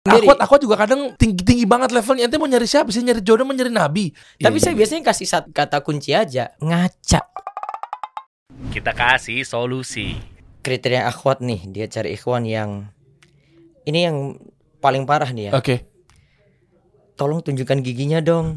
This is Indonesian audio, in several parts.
Aku juga kadang tinggi banget levelnya. Ente mau nyari siapa sih? Nyari jodoh, mau nyari nabi? Tapi saya biasanya kasih kata kunci aja, ngaca. Kita kasih solusi. Kriteria akhwat nih, dia cari ikhwan yang ini yang paling parah nih ya. Oke. Tolong tunjukkan giginya dong.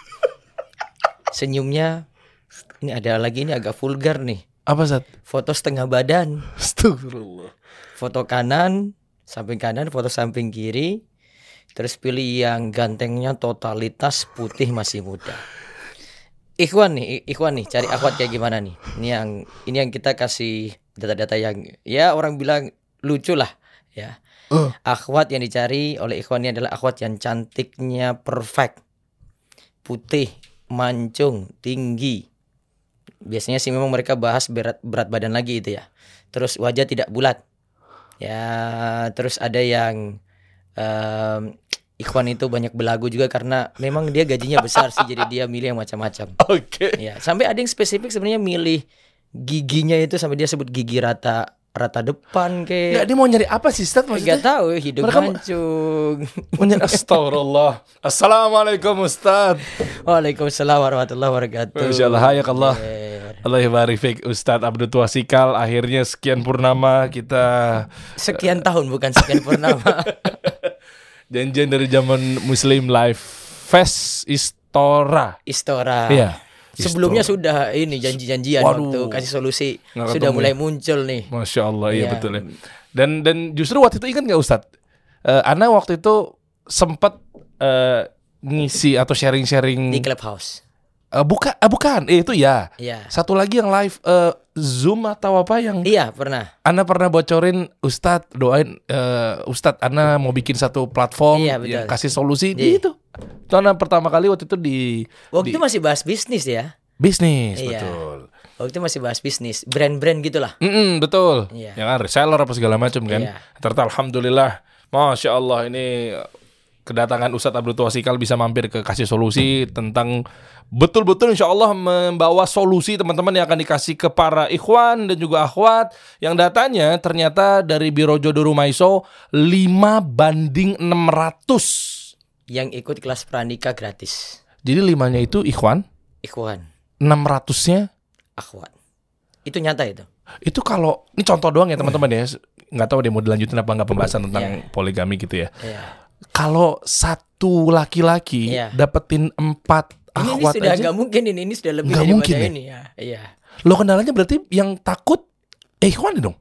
Senyumnya. Ini ada lagi, ini agak vulgar nih. Apa Zat? Foto setengah badan. Astagfirullah. Foto kanan, samping kanan, foto samping kiri. Terus pilih yang gantengnya totalitas putih masih muda. Ikhwan nih, cari akhwat kayak gimana nih? Ini yang kita kasih data-data yang ya orang bilang lucu lah ya. Akhwat yang dicari oleh ikhwan ini adalah akhwat yang cantiknya perfect. Putih, mancung, tinggi. Biasanya sih memang mereka bahas berat badan lagi itu ya. Terus wajah tidak bulat. Ya, terus ada yang ikhwan itu banyak belagu juga karena memang dia gajinya besar sih, jadi dia milih yang macam-macam. Oke. Ya, sampai ada yang spesifik sebenarnya milih giginya itu sampai dia sebut gigi rata depan kayak. Nggak, dia mau nyari apa sih Ustaz maksudnya? Gak tahu, hidup mancung. Astagfirullah. Assalamualaikum Ustaz. Waalaikumsalam warahmatullahi wabarakatuh. Insyaallah hayakallah. Allah yabarik fiik Ustaz Abdul Twasikal. Akhirnya sekian purnama kita. Sekian tahun bukan sekian purnama. Janjian dari zaman Muslim Life Fest Istora. Iya. Sebelumnya sudah ini janji-janjian waktu kasih solusi sudah mulai muncul nih. Masya Allah, iya betul ya. Dan justru waktu itu ingat nggak Ustadz? Ana waktu itu sempat ngisi atau sharing-sharing di Clubhouse. Bukan, itu ya. Iya. Satu lagi yang live Zoom atau apa yang? Iya pernah. Ana pernah bocorin Ustadz, doain Ustadz Ana mau bikin satu platform yang kasih solusi di itu. Itu Ana pertama kali waktu itu waktu itu masih bahas bisnis ya. Bisnis, iya. Betul. Waktu itu masih bahas bisnis, brand-brand gitulah. Betul. Iya. Yang reseller apa segala macam kan. Iya. Ternyata alhamdulillah, masya Allah ini kedatangan Ustadz Abdul Twasikal bisa mampir ke kasih solusi tentang betul-betul insya Allah membawa solusi teman-teman yang akan dikasih ke para ikhwan dan juga akhwat yang datanya ternyata dari Biro Jodoh Rumaiso 5:600 yang ikut kelas pranikah gratis. Jadi 5-nya itu ikhwan 600-nya akhwat. Itu nyata itu. Itu kalau ini contoh doang ya teman-teman ya, nggak tahu dia mau dilanjutin apa nggak pembahasan tentang poligami gitu ya. Kalau satu laki-laki dapetin 4 akhwat ini sudah aja, nggak mungkin ini sudah lebih nggak daripada mungkin ini ya. Iya. Lo kendalanya berarti yang takut ikhwan dong.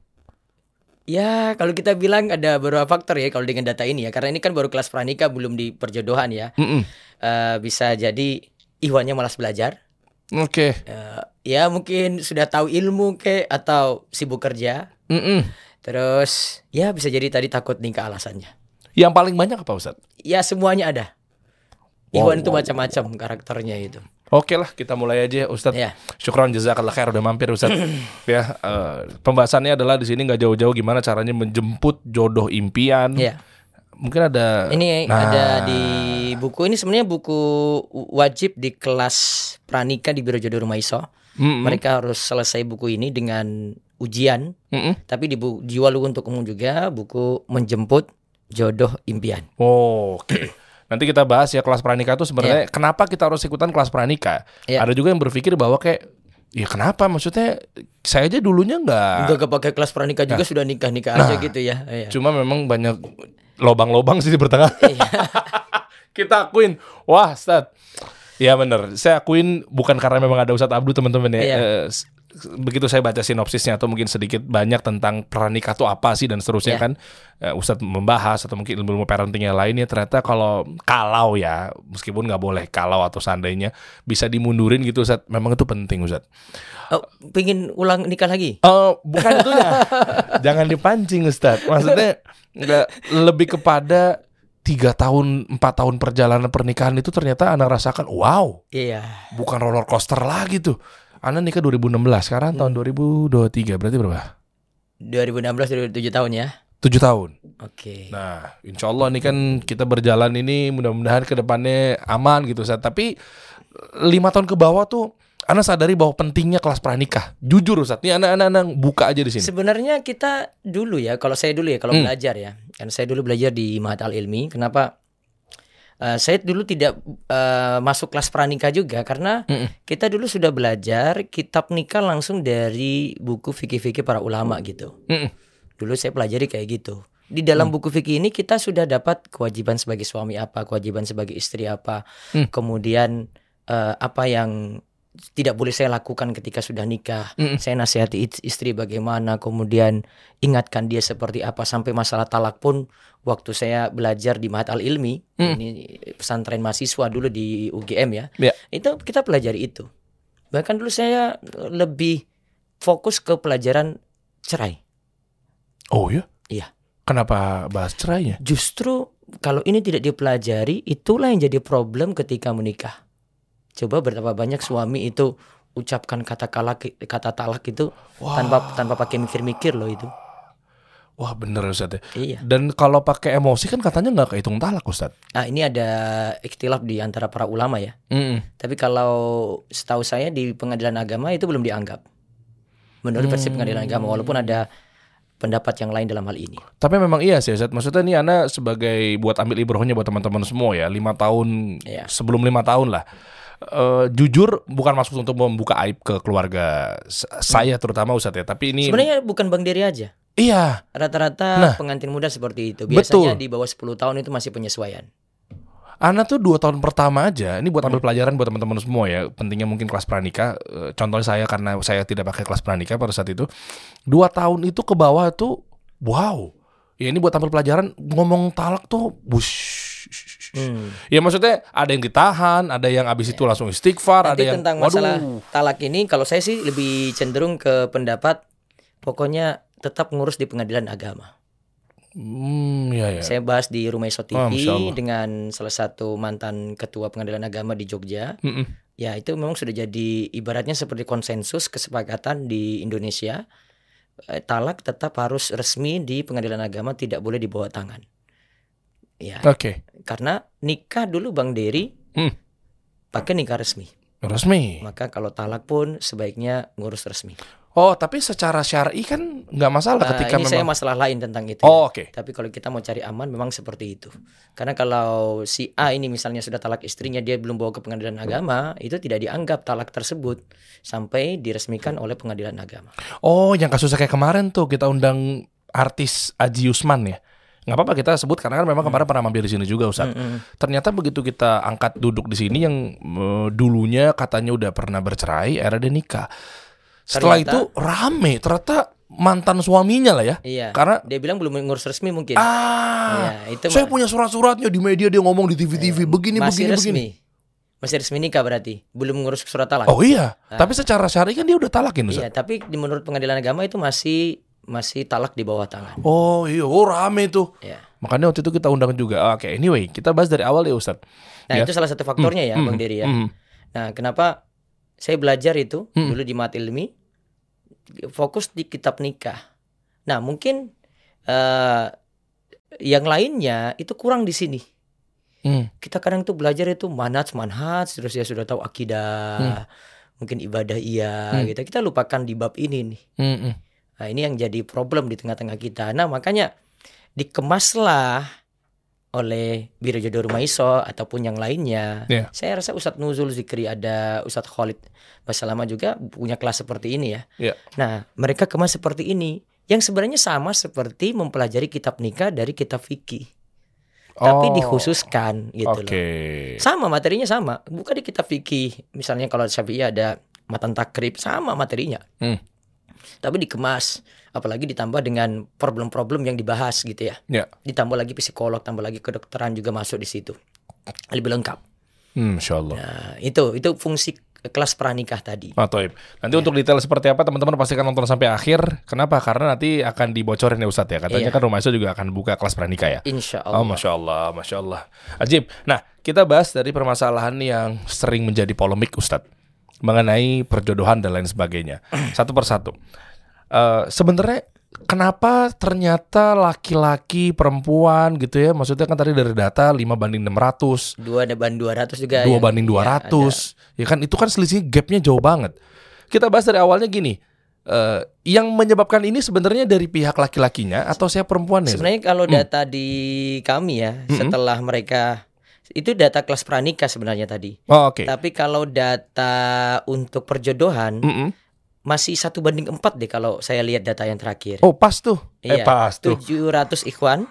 Ya kalau kita bilang ada beberapa faktor ya kalau dengan data ini ya, karena ini kan baru kelas pranikah belum di perjodohan ya. Bisa jadi ikhwannya malas belajar. Oke. Ya mungkin sudah tahu ilmu atau sibuk kerja. Terus ya bisa jadi tadi takut nikah alasannya. Yang paling banyak apa Ustadz? Ya semuanya ada. Ikhwan itu macam-macam karakternya itu. Oke lah, kita mulai aja Ustadz. Syukron jazakallah khair udah mampir Ustadz. Ya, pembahasannya adalah di sini nggak jauh-jauh gimana caranya menjemput jodoh impian. Mungkin ada. Ini ada di buku ini, sebenarnya buku wajib di kelas pranikah di Biro Jodoh Rumaiso. Mereka harus selesai buku ini dengan ujian. Tapi dijual untuk umum juga buku menjemput jodoh impian. Oke. Nanti kita bahas ya kelas pranikah itu sebenarnya kenapa kita harus ikutan kelas pranikah. Ada juga yang berpikir bahwa kayak ya kenapa, maksudnya saya aja dulunya nggak pakai kelas pranikah juga sudah nikah aja gitu ya. Cuma memang banyak lobang-lobang sih di pertengahan. Kita akuin, wah Ustadz. Ya benar, saya akuin bukan karena memang ada Ustadz Abdul teman-teman ya. Begitu saya baca sinopsisnya atau mungkin sedikit banyak tentang pranikah itu apa sih dan seterusnya kan Ustadz membahas atau mungkin ilmu parenting yang lainnya, ternyata kalau ya meskipun nggak boleh kalau atau seandainya bisa dimundurin gitu Ustadz, memang itu penting Ustadz. Pingin ulang nikah lagi? Bukan itunya. Jangan dipancing Ustadz. Maksudnya nggak, lebih kepada 3 tahun 4 tahun perjalanan pernikahan itu ternyata anak rasakan wow. Bukan roller coaster lagi tuh. Ana nikah 2016, sekarang tahun 2023, berarti berapa? 2016, 7 tahun ya? 7 tahun. Oke. Nah, insya Allah nih kan kita berjalan ini mudah-mudahan ke depannya aman gitu. Tapi 5 tahun ke bawah tuh Ana sadari bahwa pentingnya kelas pranikah. Jujur Ustaz, ini anak-anak buka aja di sini. Sebenarnya kita dulu ya, kalau saya dulu ya, kalau belajar ya, karena saya dulu belajar di Ma'had Al-Ilmi. Kenapa? Saya dulu tidak masuk kelas pranikah juga karena kita dulu sudah belajar kitab nikah langsung dari buku fikih-fikih para ulama gitu. Dulu saya pelajari kayak gitu. Di dalam buku fikih ini kita sudah dapat kewajiban sebagai suami apa, kewajiban sebagai istri apa, kemudian apa yang tidak boleh saya lakukan ketika sudah nikah. Saya nasihati istri bagaimana, kemudian ingatkan dia seperti apa, sampai masalah talak pun waktu saya belajar di Ma'had Al-Ilmi, ini pesantren mahasiswa dulu di UGM ya. Itu kita pelajari itu. Bahkan dulu saya lebih fokus ke pelajaran cerai. Oh ya? Iya. Kenapa bahas cerainya? Justru kalau ini tidak dipelajari, itulah yang jadi problem ketika menikah. Coba betapa banyak suami itu ucapkan kata talak itu tanpa pakai mikir-mikir loh itu. Wah bener Ustaz ya. Iya. Dan kalau pakai emosi kan katanya nggak kehitung talak Ustaz. Nah ini ada ikhtilaf di antara para ulama ya. Tapi kalau setahu saya di pengadilan agama itu belum dianggap. Menurut versi pengadilan agama, walaupun ada pendapat yang lain dalam hal ini. Tapi memang iya sih Ustaz. Maksudnya nih Ana sebagai buat ambil ibrohnya buat teman-teman semua ya, 5 tahun sebelum 5 tahun lah. Jujur bukan maksud untuk membuka aib ke keluarga saya terutama Ustadz ya, tapi ini sebenarnya bukan Bang Dery aja. Iya. Rata-rata pengantin muda seperti itu. Biasanya di bawah 10 tahun itu masih penyesuaian. Ana tuh 2 tahun pertama aja, ini buat ambil pelajaran buat teman-teman semua ya. Pentingnya mungkin kelas pranikah. Contohnya saya, karena saya tidak pakai kelas pranikah pada saat itu. 2 tahun itu ke bawah tuh, wow. Ya ini buat ambil pelajaran, ngomong talak tuh, Ya maksudnya ada yang ditahan, ada yang abis itu langsung istighfar, nanti ada yang tentang masalah talak ini, kalau saya sih lebih cenderung ke pendapat pokoknya tetap ngurus di pengadilan agama. Ya. Saya bahas di Rumah Iso TV dengan salah satu mantan ketua pengadilan agama di Jogja. Ya itu memang sudah jadi ibaratnya seperti konsensus kesepakatan di Indonesia. Talak tetap harus resmi di pengadilan agama, tidak boleh dibawa tangan. Ya. Oke. Karena nikah dulu Bang Dery pakai nikah resmi. Maka kalau talak pun sebaiknya ngurus resmi. Oh, tapi secara syar'i kan nggak masalah ketika ini memang. Saya masalah lain tentang itu. Oke. Tapi kalau kita mau cari aman memang seperti itu. Karena kalau si A ini misalnya sudah talak istrinya, dia belum bawa ke pengadilan agama, itu tidak dianggap talak tersebut sampai diresmikan oleh pengadilan agama. Oh, yang kasusnya kayak kemarin tuh kita undang artis Aji Yusman ya. Nggak apa-apa kita sebut karena kan memang kemarin pernah mampir di sini juga Ustaz. Ternyata begitu kita angkat duduk di sini yang dulunya katanya udah pernah bercerai, akhirnya dia nikah. Setelah itu rame, ternyata mantan suaminya lah ya. Iya. Karena dia bilang belum ngurus resmi mungkin. Itu saya punya surat-suratnya di media, dia ngomong di TV-TV begini. Masih resmi nikah berarti, belum ngurus surat talak. Oh iya. Tapi secara syar'i kan dia udah talakin Ustaz. Iya, tapi menurut pengadilan agama itu masih talak di bawah tangan. Oh iya, rame tuh. Ya. Makanya waktu itu kita undang juga. Oke, anyway, kita bahas dari awal ya Ustaz. Nah itu salah satu faktornya ya Bang Dery ya. Nah kenapa saya belajar itu dulu di Ma'had Ilmi, fokus di kitab nikah. Nah mungkin yang lainnya itu kurang di sini. Kita kadang tuh belajar itu manhaj, terus ya sudah tahu akidah, mungkin ibadah gitu. Kita lupakan di bab ini nih. Nah ini yang jadi problem di tengah-tengah kita. Nah makanya dikemaslah oleh Biro Jodoh Rumah Iso ataupun yang lainnya. Saya rasa Ustadz Nuzul Zikri, ada Ustadz Khalid Basalama juga punya kelas seperti ini ya. Nah mereka kemas seperti ini, yang sebenarnya sama seperti mempelajari kitab nikah dari kitab fikih, tapi dikhususkan gitu loh. Sama materinya sama, bukan di kitab fikih. Misalnya kalau Syafi'i ada matan takrib, sama materinya. Tapi dikemas, apalagi ditambah dengan problem-problem yang dibahas gitu ya. Ditambah lagi psikolog, tambah lagi kedokteran juga masuk di situ, lebih lengkap. Insya Allah. Nah, itu fungsi kelas pranikah tadi. Toib. Nanti untuk detail seperti apa teman-teman pastikan nonton sampai akhir. Kenapa? Karena nanti akan dibocorin ya Ustadz ya. Katanya kan Rumah Iso juga akan buka kelas pranikah ya. Insya Allah. Masya Allah. Ajib. Nah, kita bahas dari permasalahan yang sering menjadi polemik Ustadz, mengenai perjodohan dan lain sebagainya. Satu persatu. Sebenarnya kenapa ternyata laki-laki perempuan gitu ya, maksudnya kan tadi dari data 5:600, 2:200 juga. 2:200, ya kan itu kan selisih gapnya jauh banget. Kita bahas dari awalnya gini, yang menyebabkan ini sebenarnya dari pihak laki-lakinya atau saya perempuannya? Sebenarnya kalau data di kami ya, setelah mereka itu data kelas pranikah sebenarnya tadi. Oh, oke. Tapi kalau data untuk perjodohan masih 1:4 deh kalau saya lihat data yang terakhir. Oh, pas tuh. Iya, Pas tuh. 700 ikhwan,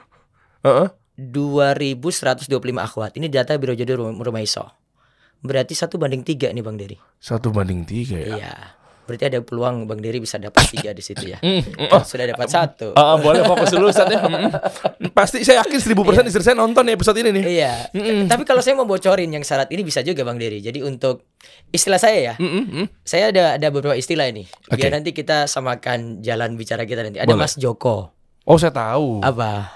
2.125 akhwat. Ini data Biro Jodoh Rumah Iso. Berarti 1:3 nih Bang Dery. 1:3 ya. Iya. Berarti ada peluang Bang Dery bisa dapat 3 di situ ya. Kan sudah dapat 1. Boleh fokus dulu Ustaz ya. Pasti saya yakin 1000% istri saya nonton nih episode ini nih. Iya. Tapi kalau saya mau bocorin yang syarat ini bisa juga Bang Dery. Jadi untuk istilah saya ya, saya ada beberapa istilah ini. Biar nanti kita samakan jalan bicara kita nanti. Ada Boleh. Mas Joko. Oh, saya tahu. Apa?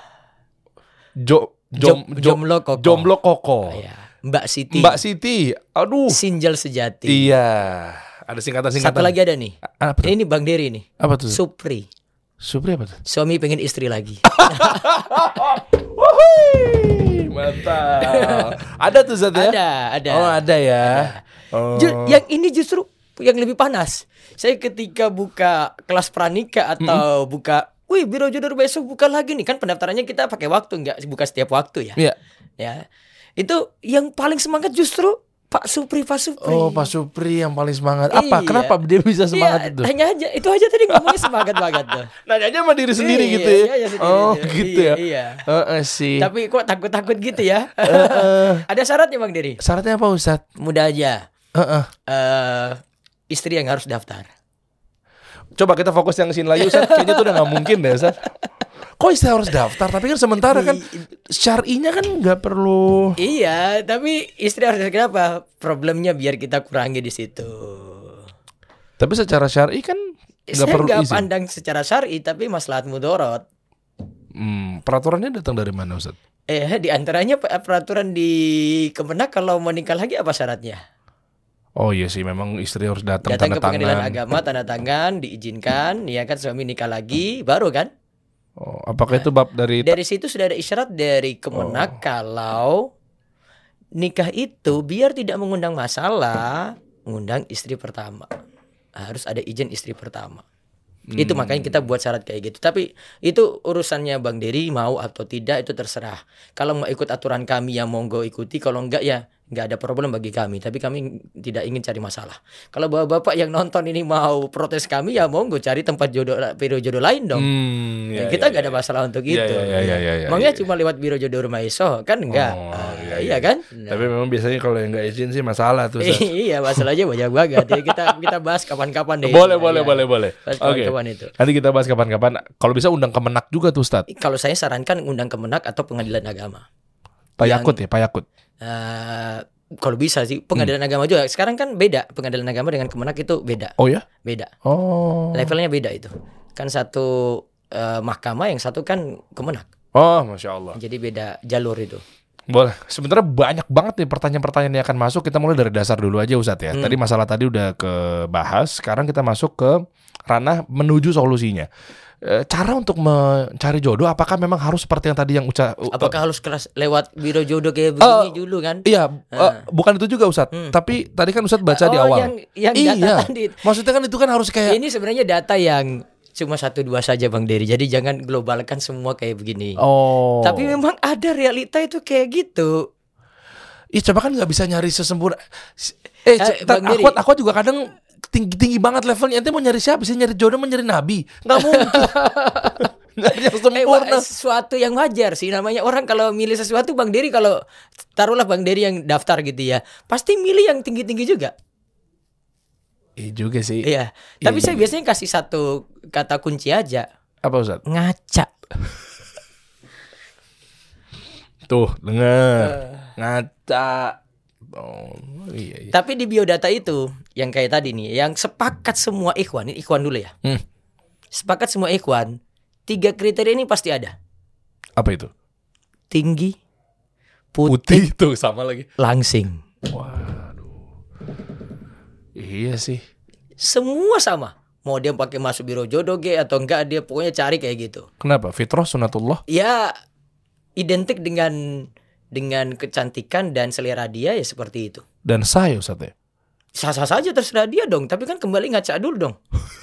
Jomblo Koko. Jomblo Koko. Iya. Mbak Siti. Mbak Siti. Aduh. Sinjal sejati. Iya. Ada singkatan-singkatan. Satu lagi ada nih. Apa tuh? Ini Bang Dery nih. Apa tuh? Supri. Supri apa tuh? Suami pengen istri lagi. Mantap. Ada tuh Zat ya? Ada. Oh, ada ya. Oh. Yang ini justru yang lebih panas. Saya ketika buka kelas pranikah atau buka, Biro Jodoh besok buka lagi nih, kan pendaftarannya kita pakai waktu, nggak buka setiap waktu ya. Iya. Ya. Itu yang paling semangat justru Pak Supri. Oh, Pak Supri yang paling semangat. Apa? Iya. Kenapa dia bisa semangat itu? Tanya aja. Itu aja tadi ngomongnya semangat banget tuh. Nanya aja sama diri sendiri gitu ya. Iya, sendiri oh, itu. gitu ya. Iya. Sih. Tapi kok takut-takut gitu ya? Ada syaratnya Bang Dery? Syaratnya apa Ustadz? Mudah aja. Istri yang harus daftar. Coba kita fokus yang sini lagi Ustadz. Kayaknya tuh udah gak mungkin deh Ustadz. Kok istri harus daftar? Tapi kan sementara kan syar'inya kan gak perlu. Iya, tapi istri harus daftar. Kenapa? Problemnya biar kita kurangi di situ. Tapi secara syar'i kan gak perlu izin. Saya gak pandang secara syar'i, tapi maslahat mudorot. Peraturannya datang dari mana Ustadz? Di antaranya peraturan di Kemenak kalau mau nikah lagi apa syaratnya? Oh iya sih, memang istri harus datang ke tanda pengadilan tangan. agama, tanda tangan, diizinkan, ya kan, suami nikah lagi, baru kan? Oh, apakah itu bab dari situ sudah ada isyarat dari Kemenak kalau nikah itu biar tidak mengundang masalah, ngundang istri pertama. Harus ada izin istri pertama. Itu makanya kita buat syarat kayak gitu. Tapi itu urusannya Bang Dery, mau atau tidak itu terserah. Kalau mau ikut aturan kami ya monggo ikuti, kalau enggak ya nggak ada problem bagi kami. Tapi kami tidak ingin cari masalah. Kalau bapak-bapak yang nonton ini mau protes kami ya monggo cari tempat biro jodoh lain dong. Kita nggak ada masalah untuk itu. Makanya cuma lewat Biro Jodoh Rumah Iso kan enggak. Iya kan? Tapi memang biasanya kalau yang nggak izin sih masalah tuh. Iya, masalahnya banyak banget. Ya, kita bahas kapan-kapan deh. Boleh. Oke. Itu. Nanti kita bahas kapan-kapan. Kalau bisa undang Kemenak juga tuh Ustadz. Kalau saya sarankan undang Kemenak atau Pengadilan Agama. Pak Yakut. Kalau bisa sih Pengadilan Agama juga. Sekarang kan beda, Pengadilan Agama dengan Kemenak itu beda. Oh ya? Beda. Oh. Levelnya beda itu. Kan satu mahkamah, yang satu kan Kemenak. Oh, Masya Allah. Jadi beda jalur itu. Boleh. Sebenarnya banyak banget nih pertanyaan-pertanyaan yang akan masuk. Kita mulai dari dasar dulu aja Ustadz ya. Tadi masalah tadi udah kebahas. Sekarang kita masuk ke ranah menuju solusinya. Cara untuk mencari jodoh, apakah memang harus seperti yang tadi yang apakah harus kelas lewat Biro Jodoh kayak begini dulu kan? Iya, bukan itu juga Ustadz. Tapi tadi kan Ustadz baca di awal. Yang data tadi. Maksudnya kan itu kan harus kayak. Ini sebenarnya data yang cuma 1-2 saja Bang Dery. Jadi jangan globalkan semua kayak begini. Oh. Tapi memang ada realita itu kayak gitu. Coba kan nggak bisa nyari sesempurna. Aku juga kadang tinggi banget levelnya. Ente mau nyari siapa sih? Nyari jodoh, mau nyari nabi? Nggak mungkin. Yang sempurna. Sesuatu yang wajar sih. Namanya orang kalau milih sesuatu, Bang Dery, kalau taruhlah Bang Dery yang daftar gitu ya, pasti milih yang tinggi-tinggi juga. Iya juga sih. Iya. Tapi saya biasanya kasih satu kata kunci aja. Apa Ustaz? Ngaca. Tuh, dengar. Ngaca. Oh, iya. Tapi di biodata itu yang kayak tadi nih, yang sepakat semua ikhwan, ini ikhwan dulu ya. Sepakat semua ikhwan, 3 kriteria ini pasti ada. Apa itu? Tinggi, putih tuh sama lagi. Langsing. Waduh. Iya sih. Semua sama. Mau dia pakai masuk biro jodoh atau enggak, dia pokoknya cari kayak gitu. Kenapa? Fitrah sunatullah. Ya identik dengan kecantikan dan selera dia ya seperti itu. Dan sah ya Ustaz ya? Sah-sah saja, terserah dia dong. Tapi kan kembali ngaca dulu dong.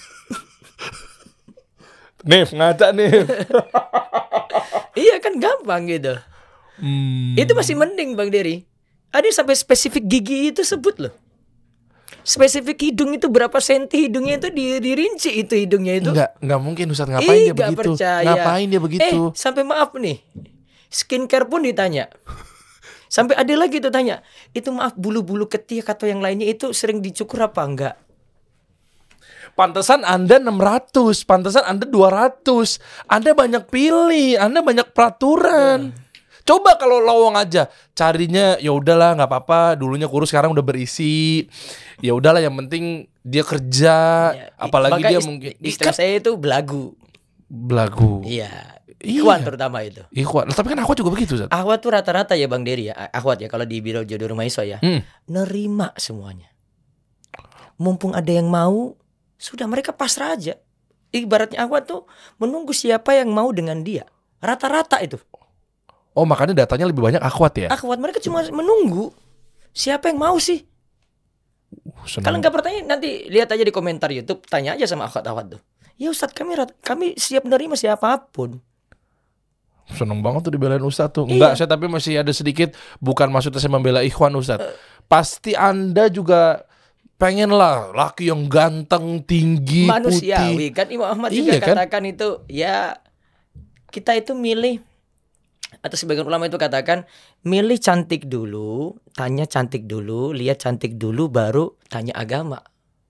Nif, ngaca nih. Iya kan gampang gitu. Itu masih mending Bang Dery. Ada yang sampai spesifik gigi itu sebut loh. Spesifik hidung itu berapa senti hidungnya itu dirinci itu hidungnya itu. Enggak mungkin Ustaz, ngapain dia Nggak begitu? percaya. Ngapain dia begitu? Sampai maaf nih. Skincare pun ditanya. Sampai ada lagi tuh tanya, itu maaf bulu-bulu ketiak atau yang lainnya itu sering dicukur apa enggak? Pantesan Anda 600, pantesan Anda 200. Anda banyak pilih, Anda banyak peraturan. Coba kalau lowong aja, carinya ya udahlah nggak apa-apa, dulunya kurus sekarang udah berisi. Ya udahlah yang penting dia kerja, apalagi dia mungkin istilah saya itu belagu. Iya. Ikhwan terutama itu. Ikhwan. Tapi kan akhwat juga begitu, Zat. Akhwat tuh rata-rata ya Bang Dery ya. Akhwat ya kalau di biro jodoh rumah iso ya. Nerima semuanya. Mumpung ada yang mau, sudah mereka pasrah aja. Ibaratnya akhwat tuh menunggu siapa yang mau dengan dia. Rata-rata itu. Oh, makanya datanya lebih banyak akhwat ya? Akhwat mereka cuma menunggu siapa yang mau sih. Kalau nggak pertanyaan nanti lihat aja di komentar YouTube, tanya aja sama akhwat-akhwat tuh. Ya Ustadz, kami siap menerima siapapun. Seneng banget tuh dibelain Ustadz tuh. Enggak, saya tapi masih ada sedikit, bukan maksudnya saya membela ikhwan Ustadz. Pasti Anda juga pengen lah laki yang ganteng, tinggi, manusiawi. putih. Kan Imam Ahmad juga katakan itu, ya kita itu milih, atau sebagian ulama itu katakan milih cantik dulu, tanya cantik dulu, lihat cantik dulu, baru tanya agama.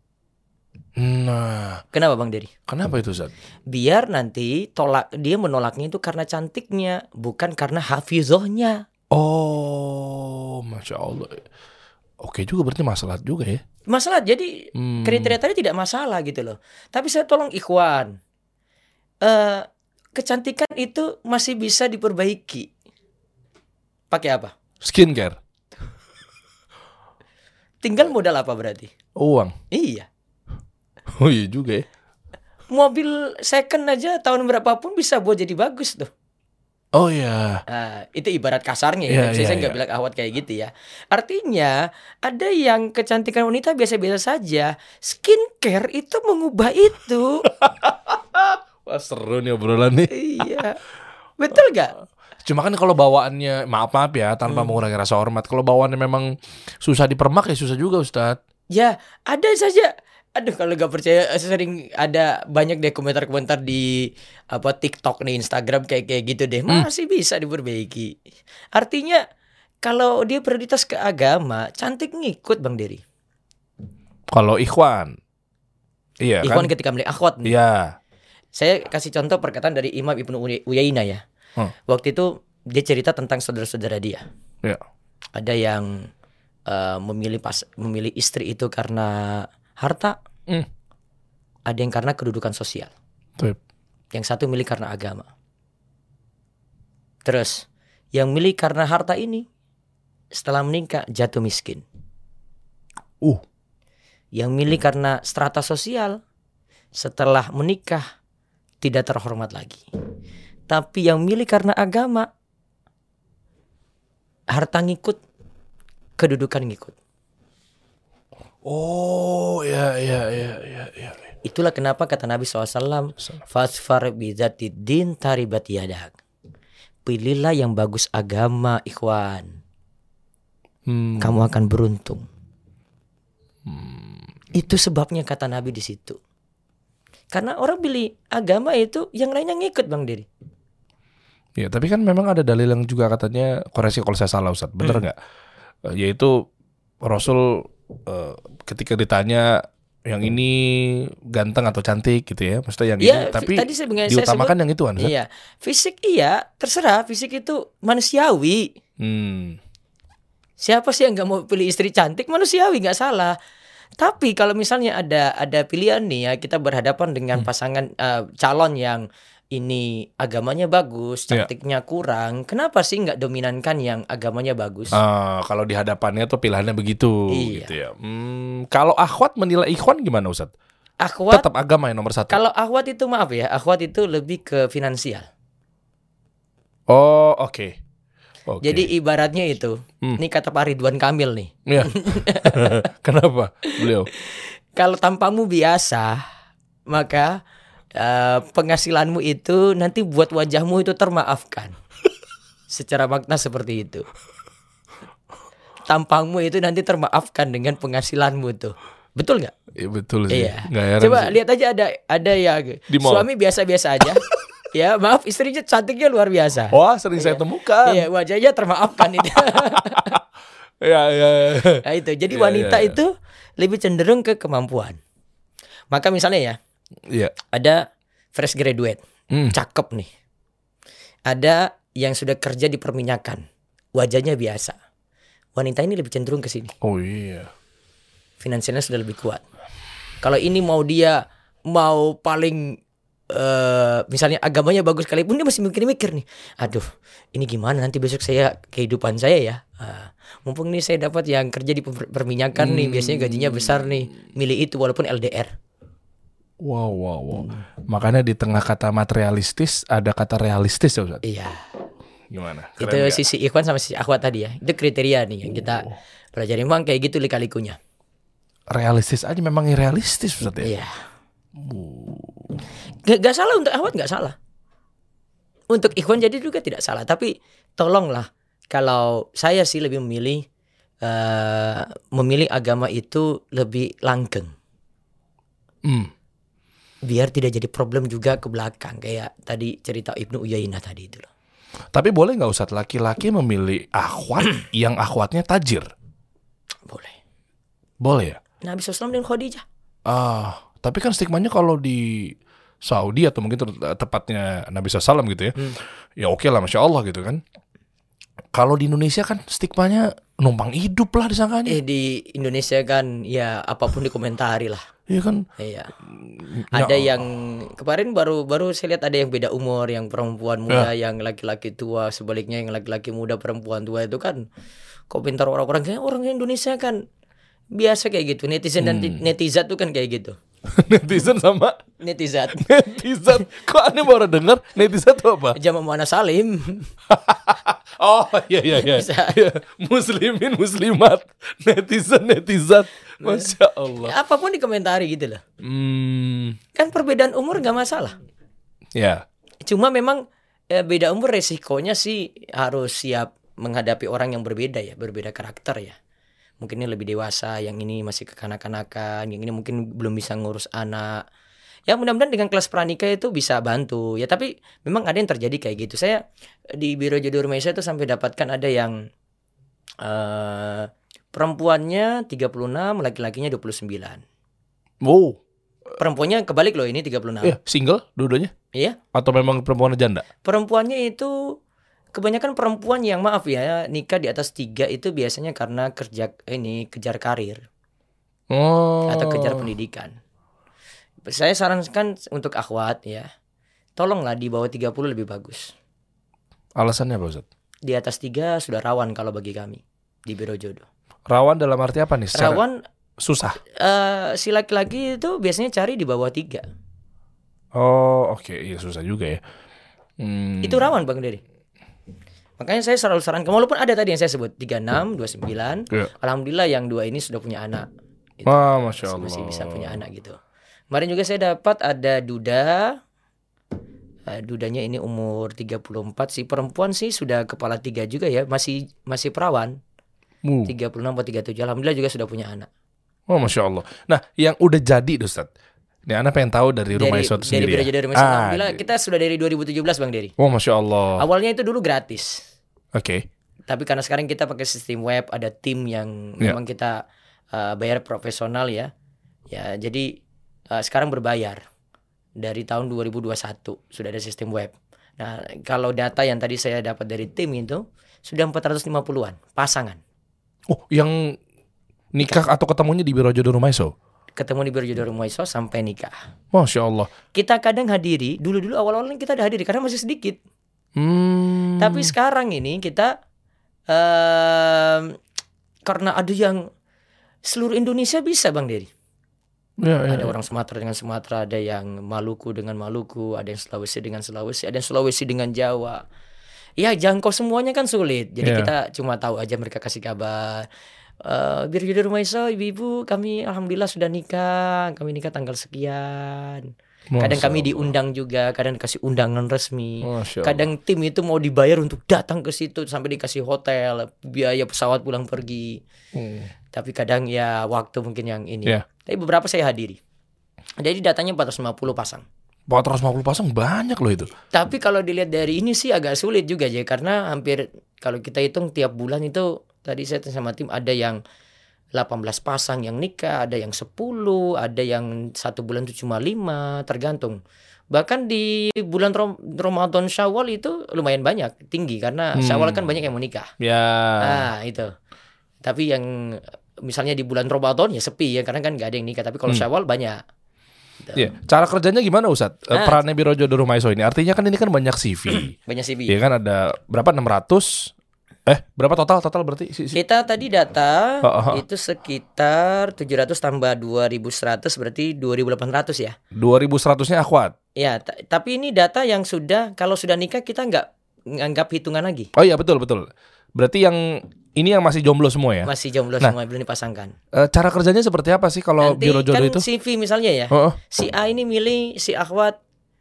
Nah, kenapa Bang Dery? Kenapa itu Ustaz? Biar nanti dia menolaknya itu karena cantiknya, bukan karena hafizohnya. Oh, Masya Allah. Oke juga, berarti masalah juga ya. Masalah, jadi kriteria tadi tidak masalah gitu loh. Tapi saya tolong ikhwan, kecantikan itu masih bisa diperbaiki. Pakai apa? Skincare. Tinggal modal apa berarti? Uang. Iya. Oh iya juga ya. Mobil second aja tahun berapapun bisa buat jadi bagus tuh. Oh iya. Nah, itu ibarat kasarnya ya. Saya nggak bilang ahwat kayak gitu ya. Artinya ada yang kecantikan wanita biasa-biasa saja. Skincare itu mengubah itu. Wah, seru nih obrolan nih. Iya. Betul gak? Cuma kan kalau bawaannya, maaf ya, tanpa mengurangi rasa hormat, kalau bawaannya memang susah dipermak ya susah juga Ustadz. Ya, ada saja. Aduh, kalau gak percaya, sering ada banyak deh komentar-komentar di TikTok nih, Instagram kayak gitu deh. Masih bisa diperbaiki. Artinya kalau dia prioritas ke agama, cantik ngikut Bang Dery. Kalau ikhwan, iya ikhwan kan? Ketika melihat akhwat nih. Iya. Saya kasih contoh perkataan dari Imam Ibnu Uyainah ya. Waktu itu dia cerita tentang saudara-saudara dia. Iya. Ada yang memilih istri itu karena harta, ada yang karena kedudukan sosial, yang satu milih karena agama. Terus yang milih karena harta ini setelah menikah jatuh miskin. Yang milih karena strata sosial setelah menikah tidak terhormat lagi. Tapi yang milih karena agama, harta ngikut, kedudukan ngikut. Oh, ya. Itulah kenapa kata Nabi SAW, fasfar bizatiddin taribat yadak. Pilihlah yang bagus agama, ikhwan. Kamu akan beruntung. Itu sebabnya kata Nabi di situ. Karena orang pilih agama itu, yang lainnya ngikut Bang Dery. Ya, tapi kan memang ada dalil yang juga katanya, koreksi kalau saya salah Ustaz, benar nggak? Yaitu Rasul ketika ditanya yang ini ganteng atau cantik gitu ya, maksudnya yang ini, tapi tadi diutamakan yang itu kan? Iya, fisik iya, terserah, fisik itu manusiawi. Siapa sih yang nggak mau pilih istri cantik? Manusiawi, nggak salah. Tapi kalau misalnya ada pilihan nih ya, kita berhadapan dengan pasangan calon yang ini agamanya bagus, cantiknya kurang, kenapa sih nggak dominankan yang agamanya bagus? Kalau di hadapannya tuh pilihannya begitu, iya. gitu ya. Kalau akhwat menilai ikhwan gimana Ustaz? Akhwat, Tetap agama yang nomor 1. kalau akhwat itu maaf ya, akhwat itu lebih ke finansial. Oh, oke. Jadi ibaratnya itu, ini kata Pak Ridwan Kamil nih. Iya. Kenapa beliau? Kalau tampangmu biasa, maka penghasilanmu itu nanti buat wajahmu itu termaafkan. Secara makna seperti itu. Tampangmu itu nanti termaafkan dengan penghasilanmu tuh. Betul nggak? Iya betul sih. Iya. Nggak heran Coba sih. lihat aja ada yang Di mall. suami biasa-biasa aja. Ya maaf, istrinya cantiknya luar biasa. Wah, sering saya temukan. Iya, wajahnya termaafkan itu. Iya. Nah, itu. Jadi Iya, wanita iya. itu lebih cenderung ke kemampuan. Maka misalnya ya, Iya. ada fresh graduate, Hmm. cakep nih. Ada yang sudah kerja di perminyakan, wajahnya biasa. Wanita ini lebih cenderung ke sini. Oh iya. Finansialnya sudah lebih kuat. Kalau ini mau paling misalnya agamanya bagus sekalipun, dia masih mikir-mikir nih. Aduh, ini gimana nanti besok kehidupan saya ya. Mumpung nih saya dapat yang kerja di perminyakan nih, biasanya gajinya besar nih. Milih itu walaupun LDR. Wow. Makanya di tengah kata materialistis ada kata realistis ya Ustaz. Iya. Gimana? Itu Keren nggak? sisi ikhwan sama sisi akhwat tadi ya. Itu kriteria nih yang kita pelajari. Memang kayak gitu lika-likunya. Realistis aja memang irrealistis Ustaz ya. Iya. Gak salah untuk akhwat, gak salah. Untuk ikhwan jadi juga tidak salah. Tapi tolonglah, kalau saya sih lebih memilih agama itu lebih langgeng. Biar tidak jadi problem juga ke belakang. Kayak tadi cerita Ibnu Uyainah tadi itu loh. Tapi boleh nggak Ustaz laki-laki memilih akhwat yang akhwatnya tajir? Boleh. Boleh ya? Nabi SAW dan Khadijah. Tapi kan stigmanya kalau di Saudi atau mungkin tepatnya Nabi SAW gitu ya, ya oke lah, Masya Allah gitu kan. Kalau di Indonesia kan stigmanya numpang hidup lah disangkanya. Di Indonesia kan ya apapun dikomentari lah. Iya kan. Iya. Ada yang kemarin baru saya lihat ada yang beda umur, yang perempuan muda, yang laki-laki tua, sebaliknya yang laki-laki muda perempuan tua itu kan komentar orang-orang kayak orang Indonesia kan biasa kayak gitu. Netizen dan netizen tuh kan kayak gitu. Netizen sama Netizen. netizen. Kok aneh baru dengar netizen itu apa? Jamak Muannas Salim. Oh iya. Bisa. Iya. Muslimin muslimat, netizen. Masya Allah. Apapun dikomentari gitu loh. Kan perbedaan umur gak masalah. Ya. Cuma memang beda umur resikonya sih harus siap menghadapi orang yang berbeda ya, berbeda karakter ya. Mungkin ini lebih dewasa, yang ini masih kekanak-kanakan, yang ini mungkin belum bisa ngurus anak. Ya mudah-mudahan dengan kelas pranikah itu bisa bantu. Ya tapi memang ada yang terjadi kayak gitu. Saya di Biro Jodoh Rumaisa itu sampai dapatkan ada yang perempuannya 36, laki-lakinya 29. Wow. Perempuannya kebalik loh, ini 36. Iya, single dua-duanya? Iya. Atau memang perempuan janda? Perempuannya itu kebanyakan perempuan yang maaf ya nikah di atas 3 itu biasanya karena kejar karir atau kejar pendidikan. Saya sarankan untuk akhwat ya, tolonglah di bawah 30 lebih bagus. Alasannya apa Ustaz? Di atas 3 sudah rawan kalau bagi kami di Biro Jodoh. Rawan dalam arti apa nih? Secara Rawan susah. Si laki-laki itu biasanya cari di bawah 3. Oh oke. Iya susah juga ya. Itu rawan Bang Dery. Makanya saya selalu sarankan, walaupun ada tadi yang saya sebut 36, 29, alhamdulillah yang 2 ini sudah punya anak. Gitu. Wah, Masya Allah. Masih bisa punya anak gitu. Kemarin juga saya dapat ada duda. Dudanya ini umur 34, si perempuan sih sudah kepala 3 juga ya, masih perawan. 36 atau 37, alhamdulillah juga sudah punya anak. Oh, Masya Allah. Nah, yang udah jadi Ustaz. Nih, Anda pengen tahu dari Rumah Isot sendiri Dari Biro Jodoh Rumaisa. Alhamdulillah kita sudah dari 2017 Bang Dery. Oh, Masya Allah. Awalnya itu dulu gratis. Oke. Tapi karena sekarang kita pakai sistem web, ada tim yang memang kita bayar profesional ya. Ya, jadi sekarang berbayar. Dari tahun 2021 sudah ada sistem web. Nah, kalau data yang tadi saya dapat dari tim itu sudah 450-an pasangan. Oh, yang nikah atau ketemunya di Biro Jodoh Rumah Isot? Ketemu di Biro Jodoh Rumah Isot sampai nikah. Masya Allah. Kita kadang hadiri, dulu awal-awalnya kita ada hadiri karena masih sedikit. Tapi sekarang ini kita karena ada yang seluruh Indonesia bisa Bang Dery. Ada orang Sumatera dengan Sumatera, ada yang Maluku dengan Maluku, ada yang Sulawesi dengan Sulawesi, ada yang Sulawesi dengan Jawa. Ya jangkau semuanya kan sulit. Jadi kita cuma tahu aja mereka kasih kabar. Biro-jodoh Rumaiso, ibu-ibu kami alhamdulillah sudah nikah. Kami nikah tanggal sekian. Kadang kami diundang juga, kadang dikasih undangan resmi. Kadang tim itu mau dibayar untuk datang ke situ sampai dikasih hotel, biaya pesawat pulang pergi. Tapi kadang ya waktu mungkin yang ini. Tapi beberapa saya hadiri. Jadi datanya 450 pasang. 450 pasang banyak loh itu. Tapi kalau dilihat dari ini sih agak sulit juga aja, karena hampir kalau kita hitung tiap bulan itu tadi saya sama tim ada yang 18 pasang yang nikah, ada yang 10, ada yang 1 bulan itu cuma 5, tergantung. Bahkan di bulan Ramadan Syawal itu lumayan banyak, tinggi karena Syawal kan banyak yang mau nikah. Nah, itu. Tapi yang misalnya di bulan Ramadan ya sepi ya, karena kan nggak ada yang nikah. Tapi kalau Syawal banyak. Iya. Cara kerjanya gimana Ustadz? Perannya Biro Jodoh Rumaiso ini, artinya kan ini kan banyak CV. Banyak CV. Iya kan ada berapa 600? Berapa total berarti? Kita tadi data itu sekitar 700 tambah 2100 berarti 2800 ya. 2100-nya akhwat. Ya, tapi ini data yang sudah, kalau sudah nikah kita nggak nganggap hitungan lagi. Oh iya betul. Berarti yang ini yang masih jomblo semua ya? Masih jomblo semua, belum dipasangkan. Cara kerjanya seperti apa sih kalau nanti Biro Jodoh kan itu? CV misalnya ya. Si A ini milih si akhwat.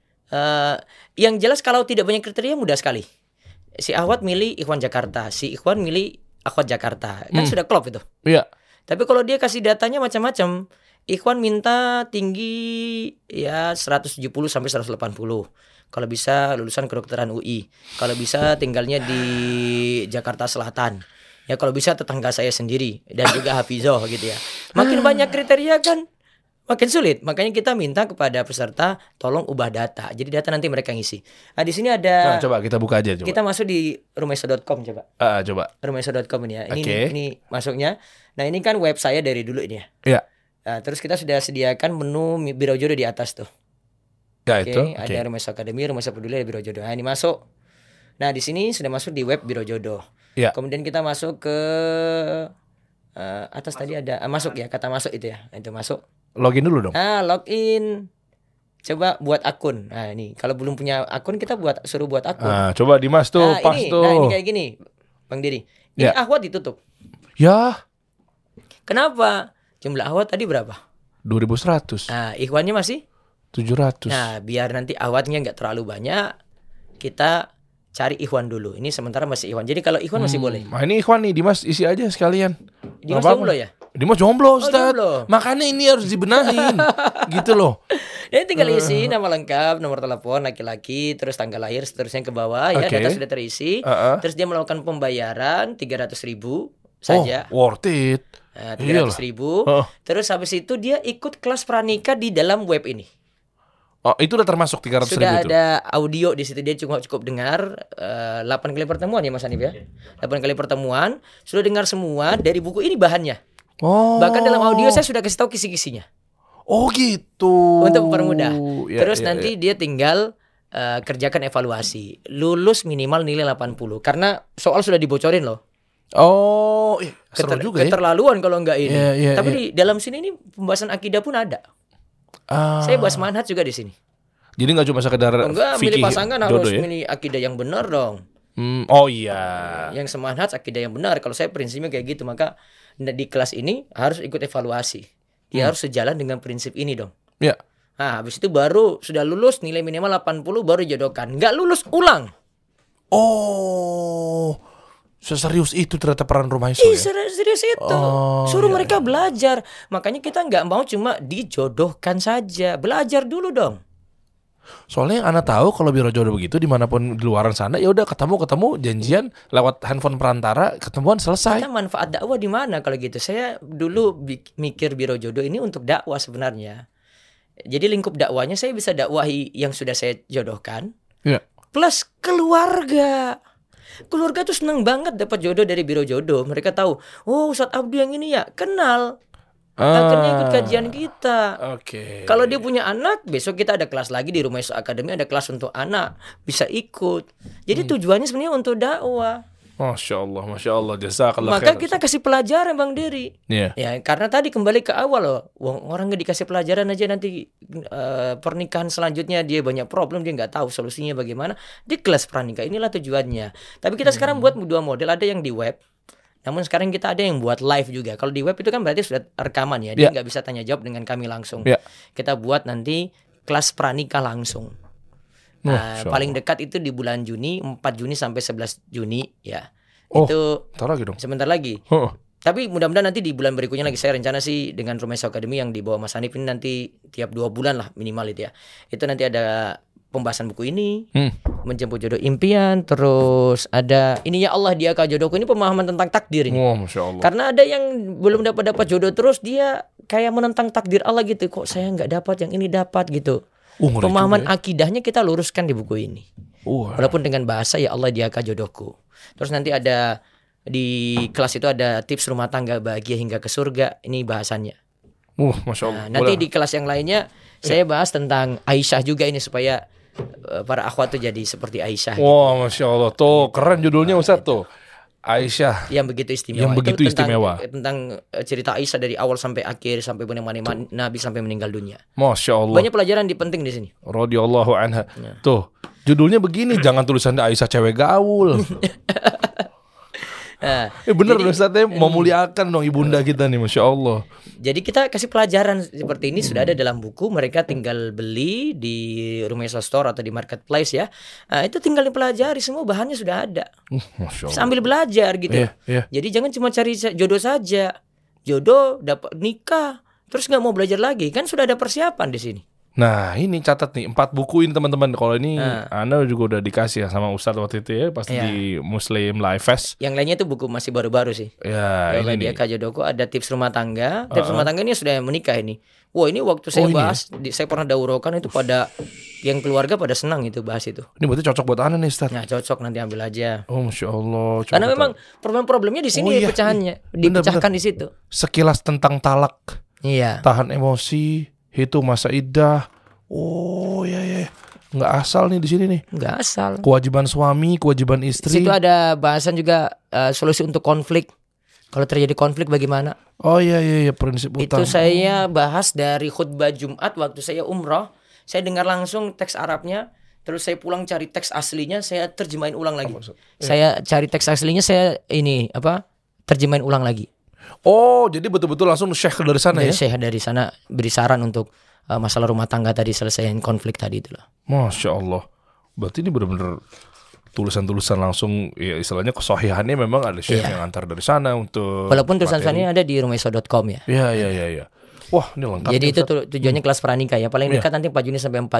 Yang jelas kalau tidak banyak kriteria mudah sekali. Si akhwat milih Ikhwan Jakarta, si Ikhwan milih akhwat Jakarta. Kan sudah klop itu. Iya. Tapi kalau dia kasih datanya macam-macam, Ikhwan minta tinggi ya 170 sampai 180. Kalau bisa lulusan kedokteran UI. Kalau bisa tinggalnya di Jakarta Selatan. Ya kalau bisa tetangga saya sendiri dan juga Hafizoh gitu ya. Makin banyak kriteria kan makin sulit. Makanya kita minta kepada peserta tolong ubah data. Jadi data nanti mereka ngisi. Nah, di sini ada. Nah, coba kita buka aja coba. Kita masuk di rumaiso.com coba. Coba. Rumaiso.com ini ya. Ini masuknya. Nah, ini kan web saya dari dulu ini ya. Iya. Nah, terus kita sudah sediakan menu Biro Jodoh di atas tuh. Ada Rumaiso Academy, Rumaiso Peduli, ada Biro Jodoh. Nah, ini masuk. Nah, di sini sudah masuk di web Biro Jodoh. Ya. Kemudian kita masuk ke atas tadi ada masuk ya, kata masuk itu ya. Itu masuk. Login dulu dong. Login. Coba buat akun. Nah, ini kalau belum punya akun kita suruh buat akun. Nah, coba Dimas tuh pas tuh. Nah, ini kayak gini, Bang Diri. Ini akhwat ditutup. Ya. Kenapa? Jumlah akhwat tadi berapa? 2100. Nah, ikhwannya masih 700. Nah, biar nanti akhwatnya nggak terlalu banyak, kita cari ikhwan dulu. Ini sementara masih ikhwan. Jadi kalau ikhwan masih boleh. Nah, ini ikhwan nih, Dimas isi aja sekalian. Dimas jomblo ya? Dimas jomblo, Ustaz. Jomblo. Makanya ini harus dibenahin. Gitu loh. Jadi tinggal isi nama lengkap, nomor telepon laki-laki, terus tanggal lahir, seterusnya ke bawah ya, data sudah terisi. Terus dia melakukan pembayaran 300.000 saja. Worth it. 300.000. Terus habis itu dia ikut kelas pranikah di dalam web ini. Oh, itu udah termasuk 300.000 sudah itu? Ada audio di situ, dia cukup dengar 8 kali pertemuan ya Mas Hanif ya. 8 kali pertemuan, sudah dengar semua dari buku ini bahannya. Bahkan dalam audio saya sudah kasih tahu kisi-kisinya. Oh gitu. Untuk mempermudah. Terus nanti dia tinggal kerjakan evaluasi. Lulus minimal nilai 80 karena soal sudah dibocorin loh. Seru juga ya. Keterlaluan kalau enggak ini. Tapi di dalam sini ini pembahasan akidah pun ada. Saya bahas manhaj juga di sini. Jadi nggak cuma sekedar milih pasangan harus ya? milih akidah yang benar dong. Oh iya. Yang semanhaj akidah yang benar. Kalau saya prinsipnya kayak gitu, maka di kelas ini harus ikut evaluasi. Dia harus sejalan dengan prinsip ini dong. Iya. Nah, habis itu baru sudah lulus nilai minimal 80 baru jodohkan. Nggak lulus ulang. Seserius itu ternyata peran Rumaiso ya? Serius itu. Suruh mereka belajar. Makanya kita nggak mau cuma dijodohkan saja. Belajar dulu dong. Soalnya yang Ana tahu kalau Biro Jodoh begitu dimanapun di luaran sana ya udah ketemu janjian lewat handphone perantara, ketemuan selesai. Kita manfaat dakwah di mana kalau gitu? Saya dulu mikir Biro Jodoh ini untuk dakwah sebenarnya. Jadi lingkup dakwahnya saya bisa dakwahi yang sudah saya jodohkan. Ya. Plus keluarga. Keluarga tuh senang banget dapat jodoh dari Biro Jodoh. Mereka tahu, Ustadz Abdu yang ini ya, kenal. Akhirnya ikut kajian kita. Kalau dia punya anak, besok kita ada kelas lagi di Rumaiso Academy, ada kelas untuk anak, bisa ikut. Jadi tujuannya sebenarnya untuk dakwah. Masya Allah, jazakallah Maka khair. kita kasih pelajaran Bang Dery. Iya. Ya, karena tadi kembali ke awal loh, orang nggak dikasih pelajaran aja nanti pernikahan selanjutnya dia banyak problem, dia nggak tahu solusinya bagaimana. Di kelas pranikah inilah tujuannya. Tapi kita sekarang buat dua model, ada yang di web. Namun sekarang kita ada yang buat live juga. Kalau di web itu kan berarti sudah rekaman ya, dia nggak bisa tanya jawab dengan kami langsung. Kita buat nanti kelas pranikah langsung. Paling dekat itu di bulan Juni, 4 Juni sampai 11 Juni ya. Itu sebentar lagi dong. Sebentar lagi. Tapi mudah-mudahan nanti di bulan berikutnya lagi, saya rencana sih dengan Rumah Academy yang di bawah Mas Hanif ini nanti tiap 2 bulan lah minimal itu ya. Itu nanti ada pembahasan buku ini, menjemput jodoh impian, terus ada ini ya Allah dia kah jodohku, ini pemahaman tentang takdir ini. Masya Allah. Karena ada yang belum dapat jodoh terus dia kayak menentang takdir Allah gitu. Kok saya nggak dapat, yang ini dapat gitu. Pemahaman akidahnya kita luruskan di buku ini. Walaupun dengan bahasa ya Allah dia kah jodohku. Terus nanti ada di kelas itu ada tips rumah tangga bahagia hingga ke surga. Ini bahasannya. Masya Allah. Nanti di kelas yang lainnya saya bahas tentang Aisyah juga ini supaya para akhwat tuh jadi seperti Aisyah. Masya Allah. Tuh keren judulnya Ustaz tuh. Aisyah yang begitu istimewa. Tentang cerita Aisyah dari awal sampai akhir, sampai benar-benar Nabi sampai meninggal dunia. Masya Allah. Banyak pelajaran penting di sini. Radhiyallahu anha. Tuh judulnya begini, jangan tulisannya Aisyah cewek gaul. Bener Ustaz, memuliakan dong ibunda kita nih, Masya Allah. Jadi kita kasih pelajaran seperti ini sudah ada dalam buku, mereka tinggal beli di Rumah Store atau di marketplace ya. Itu tinggal dipelajari, semua bahannya sudah ada. Masya Allah. Sambil belajar gitu. Jadi jangan cuma cari jodoh saja. Jodoh dapat nikah, terus nggak mau belajar lagi, kan sudah ada persiapan di sini. Nah ini catat nih 4 buku ini teman-teman. Kalau ini Anda juga udah dikasih ya sama Ustadz waktu itu ya, pasti di Muslim Live Fest. Yang lainnya itu buku masih baru-baru sih. Ya ini dia Kak Jodohku, ada tips rumah tangga. Tips rumah tangga ini sudah menikah ini. Wah ini waktu saya bahas, saya pernah daurahkan itu pada yang keluarga pada senang itu bahas itu. Ini berarti cocok buat Anda nih Ustadz. Nah cocok, nanti ambil aja. Masya Allah. Karena memang problem-problemnya di sini pecahannya, dipecahkan di situ. Sekilas tentang talak. Iya. Tahan emosi, hitung masa iddah. Nggak asal nih di sini nih. Nggak asal. Kewajiban suami, kewajiban istri. Di situ ada bahasan juga solusi untuk konflik. Kalau terjadi konflik bagaimana? Prinsip utama. Itu saya bahas dari khutbah Jumat waktu saya umroh. Saya dengar langsung teks Arabnya. Terus saya pulang cari teks aslinya, saya terjemahin ulang lagi. Saya cari teks aslinya, saya terjemahin ulang lagi. Jadi betul-betul langsung syekh dari sana ya? Syekh dari sana beri saran untuk masalah rumah tangga tadi, selesaiin konflik tadi itulah. Masya Allah. Berarti ini benar-benar tulisan-tulisan langsung, ya istilahnya kesohihannya memang ada syekh yang antar dari sana untuk. Walaupun tulisan-tulisannya ada di rumaiso.com ya. Iya. Wah ini lengkap. Jadi itu tujuannya kelas pranikah ya. Paling dekat nanti 4 Juni sampai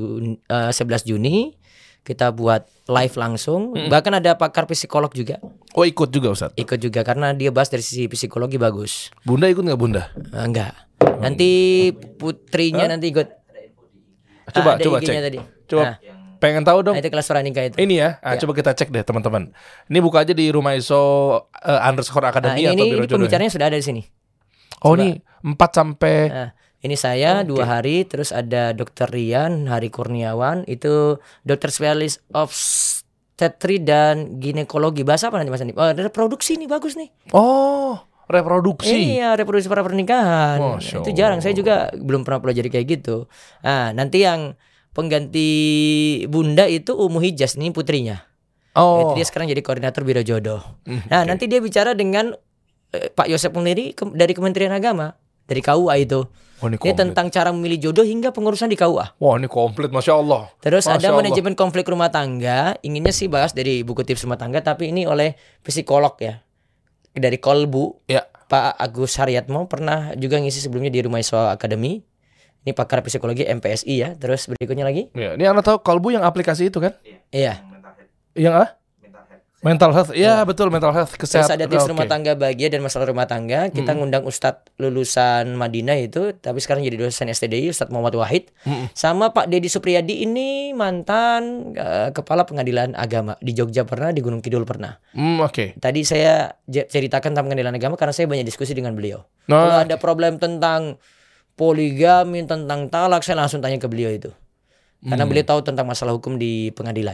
11 Juni. Kita buat live langsung. Bahkan ada pakar psikolog juga. Ikut juga Ustaz? Ikut juga karena dia bahas dari sisi psikologi bagus. Bunda ikut nggak Bunda? Enggak. Nanti putrinya nanti ikut. Coba cek. Tadi. Coba pengen tahu dong. Itu kelas pranikah itu. Ini ya. Coba kita cek deh teman-teman. Ini buka aja di Rumah Iso _ Academy atau Biro Ini Jodoh. pembicaranya sudah ada di sini. Ini 4 sampai. Ini saya 2 hari, terus ada Dr. Rian Hari Kurniawan, itu dokter spesialis obstetri dan ginekologi. Bahasa apa nanti Mas Andi? Reproduksi nih, bagus nih. Reproduksi. Iya, reproduksi para pernikahan. Itu jarang, saya juga belum pernah pelajari kayak gitu. Nanti yang pengganti Bunda itu Umu Hijaz, ini putrinya. Itu dia sekarang jadi koordinator Biro Jodoh. Nanti dia bicara dengan Pak Yosep Muniri dari Kementerian Agama, dari KUA itu. Ini tentang cara memilih jodoh hingga pengurusan di KUA. Wah ini komplit, Masya Allah. Terus ada manajemen konflik rumah tangga. Inginnya sih bahas dari buku tips rumah tangga, tapi ini oleh psikolog ya, dari Kolbu ya. Pak Agus Haryatmo pernah juga ngisi sebelumnya di Rumah Iso Academy. Ini pakar psikologi MPSI ya. Terus berikutnya lagi ya, ini Anda tahu Kolbu yang aplikasi itu kan? Iya. Yang mental health, ya betul, mental health, kesehatan. Terus ada tips rumah tangga bahagia dan masalah rumah tangga. Kita ngundang Ustadz lulusan Madinah itu, tapi sekarang jadi dosen STDI, Ustadz Muhammad Wahid. Sama Pak Deddy Supriyadi, ini mantan kepala pengadilan agama di Jogja pernah, di Gunung Kidul pernah. Tadi saya ceritakan tentang pengadilan agama karena saya banyak diskusi dengan beliau. Kalau ada problem tentang poligami, tentang talak, saya langsung tanya ke beliau itu. Karena beliau tahu tentang masalah hukum di pengadilan.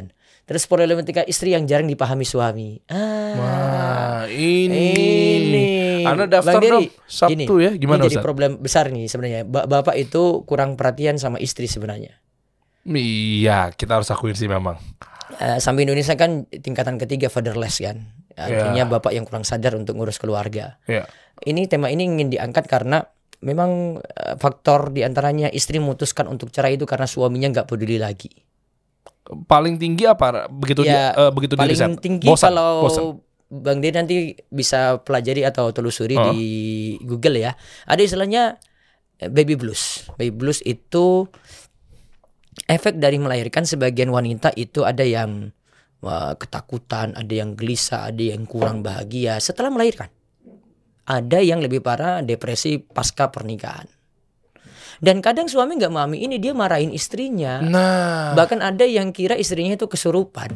Terus problematika istri yang jarang dipahami suami. Wah, ini. Anda daftar dong Sabtu ya, gimana ini jadi Ustaz? problem besar nih sebenarnya. Bapak itu kurang perhatian sama istri sebenarnya. Iya, kita harus akuin sih memang. Sampai Indonesia kan tingkatan ketiga fatherless kan. Artinya bapak yang kurang sadar untuk ngurus keluarga. Ini tema ini ingin diangkat karena memang faktor diantaranya istri memutuskan untuk cerai itu karena suaminya nggak peduli lagi. Paling tinggi apa begitu begitu paling diriset? Tinggi bosan, kalau bosan. Bang Dedi nanti bisa pelajari atau telusuri di Google ya. Ada istilahnya baby blues. Baby blues itu efek dari melahirkan. Sebagian wanita itu ada yang ketakutan, ada yang gelisah, ada yang kurang bahagia setelah melahirkan. Ada yang lebih parah depresi pasca pernikahan. Dan kadang suami nggak memahami ini, dia marahin istrinya. Nah, bahkan ada yang kira istrinya itu kesurupan.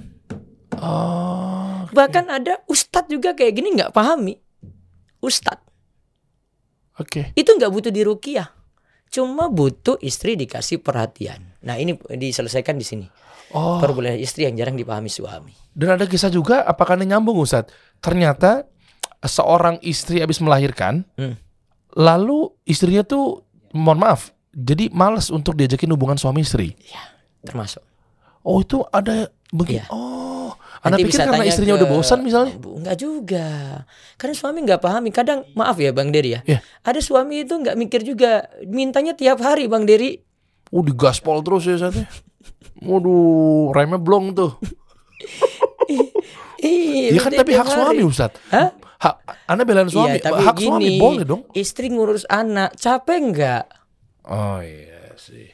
Bahkan ada ustadz juga kayak gini nggak pahami. Ustadz. Itu nggak butuh diruqyah, cuma butuh istri dikasih perhatian. Nah ini diselesaikan di sini. Perbuatan istri yang jarang dipahami suami. Dan ada kisah juga, apakah ini nyambung Ustadz? Ternyata seorang istri habis melahirkan, lalu istrinya tuh, mohon maaf, jadi malas untuk diajakin hubungan suami istri. Ya, termasuk. Itu ada begitu. Iya. Anda Nanti pikir bisa karena tanya istrinya udah bosan misalnya? Enggak juga. Karena suami nggak pahami. Kadang maaf ya Bang Dery ya. Ada suami itu nggak mikir juga. Mintanya tiap hari Bang Dery. Digaspol terus ya saatnya. Waduh, remnya blong tuh. Iya kan, tapi hak suami Ustadz. Anda belain suami. Iya, tapi hak gini, suami boleh dong. Istri ngurus anak, capek nggak? Oh iya sih.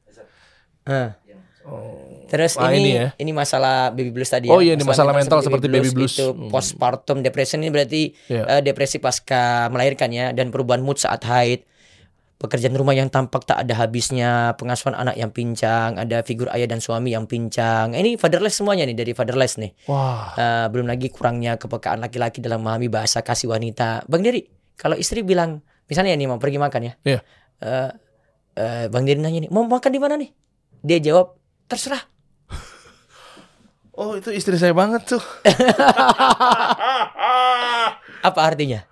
Terus ini masalah baby blues tadi ya. Oh iya, ini masalah mental seperti baby blues. Itu postpartum depression ini berarti depresi pasca melahirkan ya, dan perubahan mood saat haid. Pekerjaan rumah yang tampak tak ada habisnya, pengasuhan anak yang pincang, ada figur ayah dan suami yang pincang. Ini fatherless semuanya nih, dari fatherless nih. Wah. Belum lagi kurangnya kepekaan laki-laki dalam memahami bahasa kasih wanita. Bang Dery, kalau istri bilang, misalnya nih mau pergi makan ya. Iya. Bang Dery nanya nih, mau makan di mana nih? Dia jawab, terserah. Oh, itu istri saya banget tuh. Apa artinya?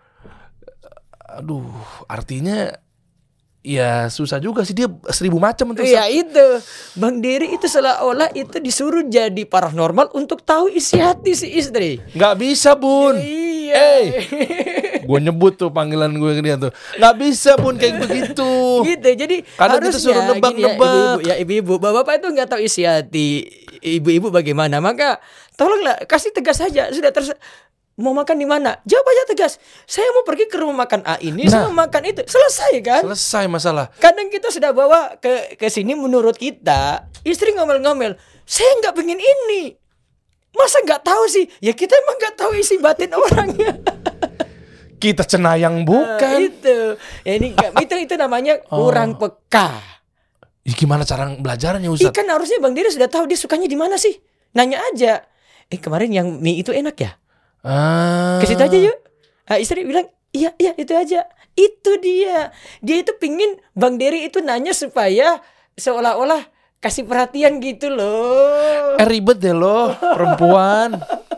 Aduh, artinya ya susah juga sih, dia 1000 macam itu. Iya itu, Bang Dery itu seolah-olah itu disuruh jadi paranormal untuk tahu isi hati si istri. Nggak bisa Bun. Iya. Gue nyebut tuh panggilan gue ke dia tuh. Nggak bisa Bun kayak begitu. Gitu, jadi kadang harusnya kita suruh nebak-nebak. Ibu-ibu, bapak-bapak itu nggak tahu isi hati ibu-ibu bagaimana. Maka tolonglah kasih tegas saja. Sudah mau makan di mana? Jawab aja tegas. Saya mau pergi ke rumah makan A ini, saya mau makan itu. Selesai kan? Selesai masalah. Kadang kita sudah bawa ke sini menurut kita, istri ngomel-ngomel, saya nggak pengen ini. Masa nggak tahu sih? Ya kita emang nggak tahu isi batin orangnya. Kita cenayang bukan? Itu. Ya ini itu namanya kurang peka. Ya, gimana cara belajarnya Ustaz? Kan harusnya Bang Dery sudah tahu dia sukanya di mana sih? Nanya aja. Kemarin yang mie itu enak ya? Ke situ aja yuk. Istri bilang, iya itu aja. Itu dia. Dia itu pingin Bang Dery itu nanya supaya seolah-olah kasih perhatian gitu loh. Ribet deh loh perempuan.